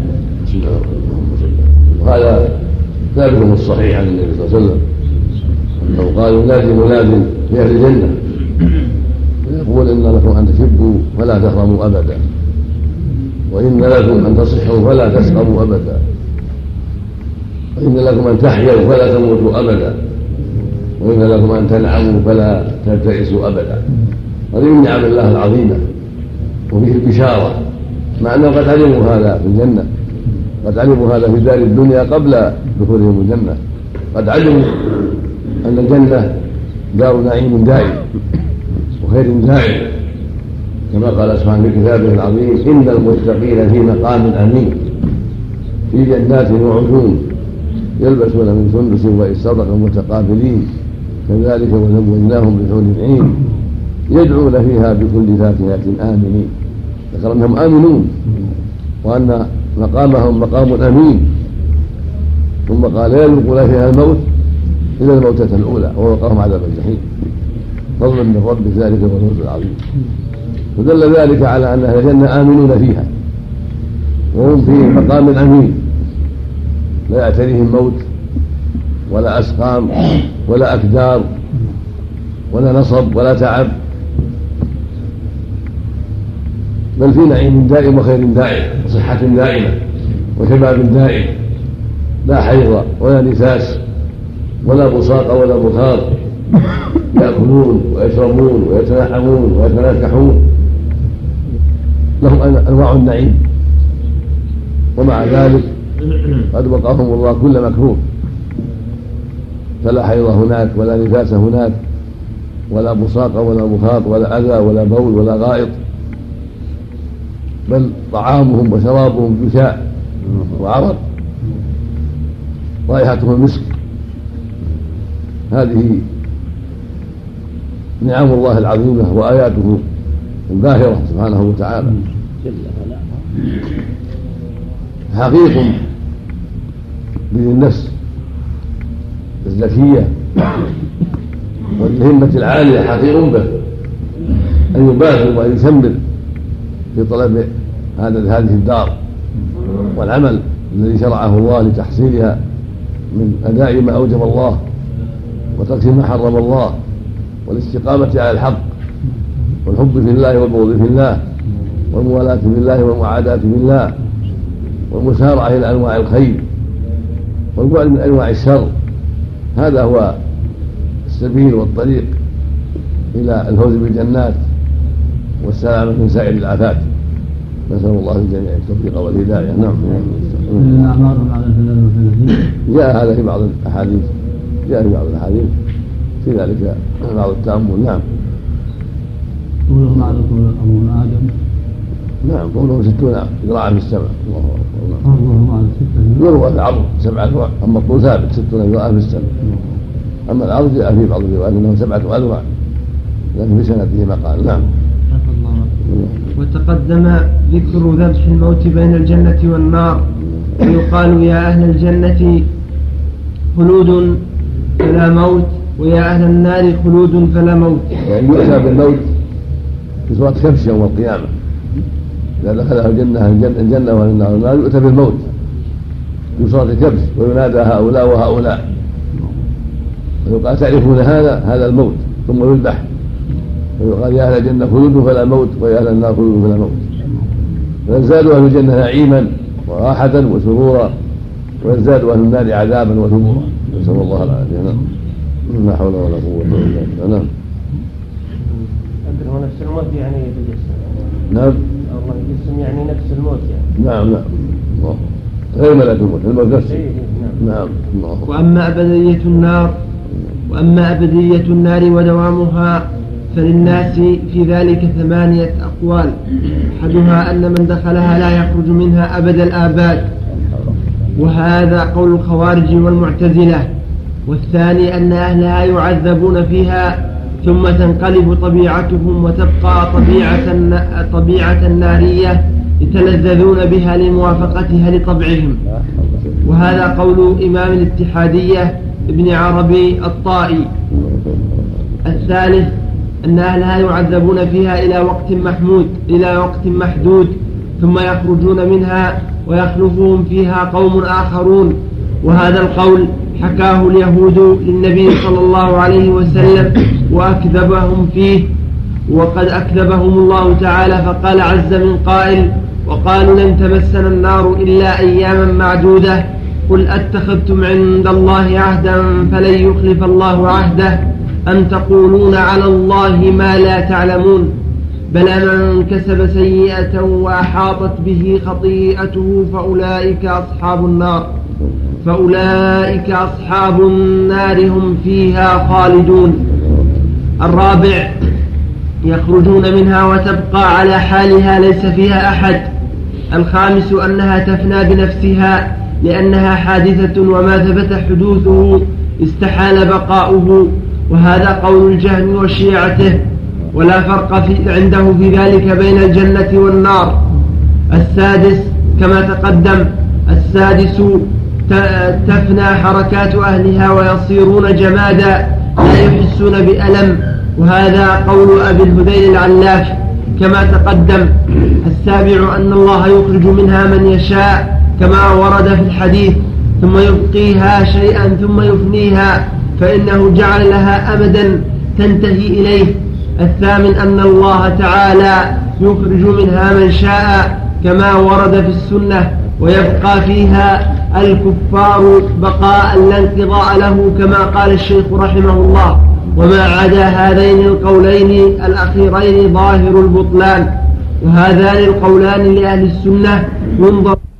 هذا ثابت الصحيح عن النبي صلى الله عليه وسلم أنه قال ينادي مناد في أهل الجنة يقول إن لكم أن تشبوا فلا تهرموا أبدا، وإن لكم أن تصحوا فلا تسقموا أبدا، وإن لكم أن تحيوا فلا تموتوا أبدا، وإن لكم أن تنعموا فلا تبتئسوا أبدا. هذه من نعم الله العظيمة وفيه البشارة، مع أنه قد علموا هذا في الجنة، قد علموا هذا في دار الدنيا قبل دخولهم الجنة، قد علموا أن الجنة دار نعيم دائم وخير دائم، كما قال سبحانه في كتابه العظيم إن المتقين في مقام أمين في جنات وعيون يلبسون من سندس واستبرق متقابلين كذلك وزوجناهم بحور عين يدعون فيها بكل فاكهة آمنين، ذكر أنهم آمنون وأن مقامهم مقام أمين، ثم قال لا يذوقون فيها الموت إلا الموتة الأولى ووقاهم عذاب الجحيم، فضلا من رب ذلك هو الفوز العظيم. فدل ذلك على أن أهل الجنة آمنون فيها وهم في مقام أمين، لا يعتريهم موت ولا أسقام ولا أكدار ولا نصب ولا تعب، بل في نعيم دائم وخير دائم وصحة دائمة وشباب دائم، لا حيض ولا نفاس ولا بصاق ولا بخار، يأكلون ويشربون ويتنعمون ويتناكحون، لهم أنواع النعيم، ومع ذلك قد وقاهم الله كل مكروه، فلا حيض هناك ولا نفاس هناك ولا بصاق ولا بخار ولا أذى ولا بول ولا غائط، بل طعامهم وشرابهم جشاء وعرق رائحته المسك. هذه نعم الله العظيمة وآياته الباهرة سبحانه وتعالى، حقيق للنفس الزكية والهمة العالية، حقيق به أن يبادر وأن يثمر في طلب هذه الدار والعمل الذي شرعه الله لتحصيلها من أداء ما أوجب الله وترك ما حرم الله والاستقامة على الحق والحب في الله والبغض في الله والموالاة في الله والمعاداة في الله والمسارعة إلى أنواع الخير والبعد من أنواع الشر. هذا هو السبيل والطريق إلى الفوز بالجنات والسلامة من سائر الآفات. نسأل الله الجميع التوفيق والهداية. نعم. جاء هذا في بعض الأحاديث، في ذلك بعض التأمل. نعم. قوله مع رسول أبو آدم. نعم، قوله 60 ذراعا في السماء. الله أكبر. الله مع 6 يروى العرض 7 أذرع، أما الطول ثابت 60 ذراعا في السماء. أما العرض جاء في بعض الروايات أنه 7 أذرع، لكن في سنته ما قال. نعم. وتقدم ذكر ذبح الموت بين الجنة والنار، ويقال يا أهل الجنة خلود فلا موت، ويا أهل النار خلود فلا موت. يعني يؤتى بالموت في صورة كبش يوم القيامة، إذا دخله الجنة والنار يؤتى بالموت في صورة كبش وينادى هؤلاء وهؤلاء، ويقال تعرفون هذا الموت، ثم يذبح ويقال يا أهل الجنة خلود فلا موت ويا أهل النار خلود فلا موت، فيزداد أهل الجنة نعيما وراحة وسرورا، ويزداد أهل النار عذابا وثبورا، نسأل الله العافية. لا حول ولا قوة إلا بالله. نعم. هو نفس الموت يعني يتجسم. نعم. الله يجسم يعني نفس الموت يعني. نعم. غير ملك الموت، الموت نفسه. نعم. وأما أبدية النار ودوامها فللناس في ذلك 8 أقوال. أحدها أن من دخلها لا يخرج منها أبد الآباد، وهذا قول الخوارج والمعتزلة. والثاني أن أهلها يعذبون فيها ثم تنقلب طبيعتهم وتبقى طبيعة نارية يتلذذون بها لموافقتها لطبعهم، وهذا قول إمام الاتحادية ابن عربي الطائي. الثالث أن أهلها يعذبون فيها إلى وقت محدود ثم يخرجون منها ويخلفهم فيها قوم آخرون، وهذا القول حكاه اليهود للنبي صلى الله عليه وسلم وأكذبهم فيه، وقد أكذبهم الله تعالى فقال عز من قائل وقالوا لن تمسنا النار إلا أياما معدودة، قل أتخذتم عند الله عهدا فلن يخلف الله عهده أم تقولون على الله ما لا تعلمون، بلى من كسب سيئة وأحاطت به خطيئته فأولئك أصحاب النار هم فيها خالدون. الرابع يخرجون منها وتبقى على حالها ليس فيها أحد. الخامس أنها تفنى بنفسها لأنها حادثة وما ثبت حدوثه استحال بقاؤه، وهذا قول الجهم وشيعته. ولا فرق عنده في ذلك بين الجنة والنار. السادس كما تقدم. السادس تفنى حركات أهلها ويصيرون جمادا لا يحسون بألم، وهذا قول أبي الهذيل العلاف كما تقدم. السابع أن الله يخرج منها من يشاء كما ورد في الحديث، ثم يبقيها شيئا ثم يفنيها، فإنه جعل لها أمدا تنتهي إليه. الثامن أن الله تعالى يخرج منها من شاء كما ورد في السنة، ويبقى فيها الكفار بقاء لا انقضاء له كما قال الشيخ رحمه الله. وما عدا هذين القولين الأخيرين ظاهر البطلان، وهذان القولان لأهل السنة ينظر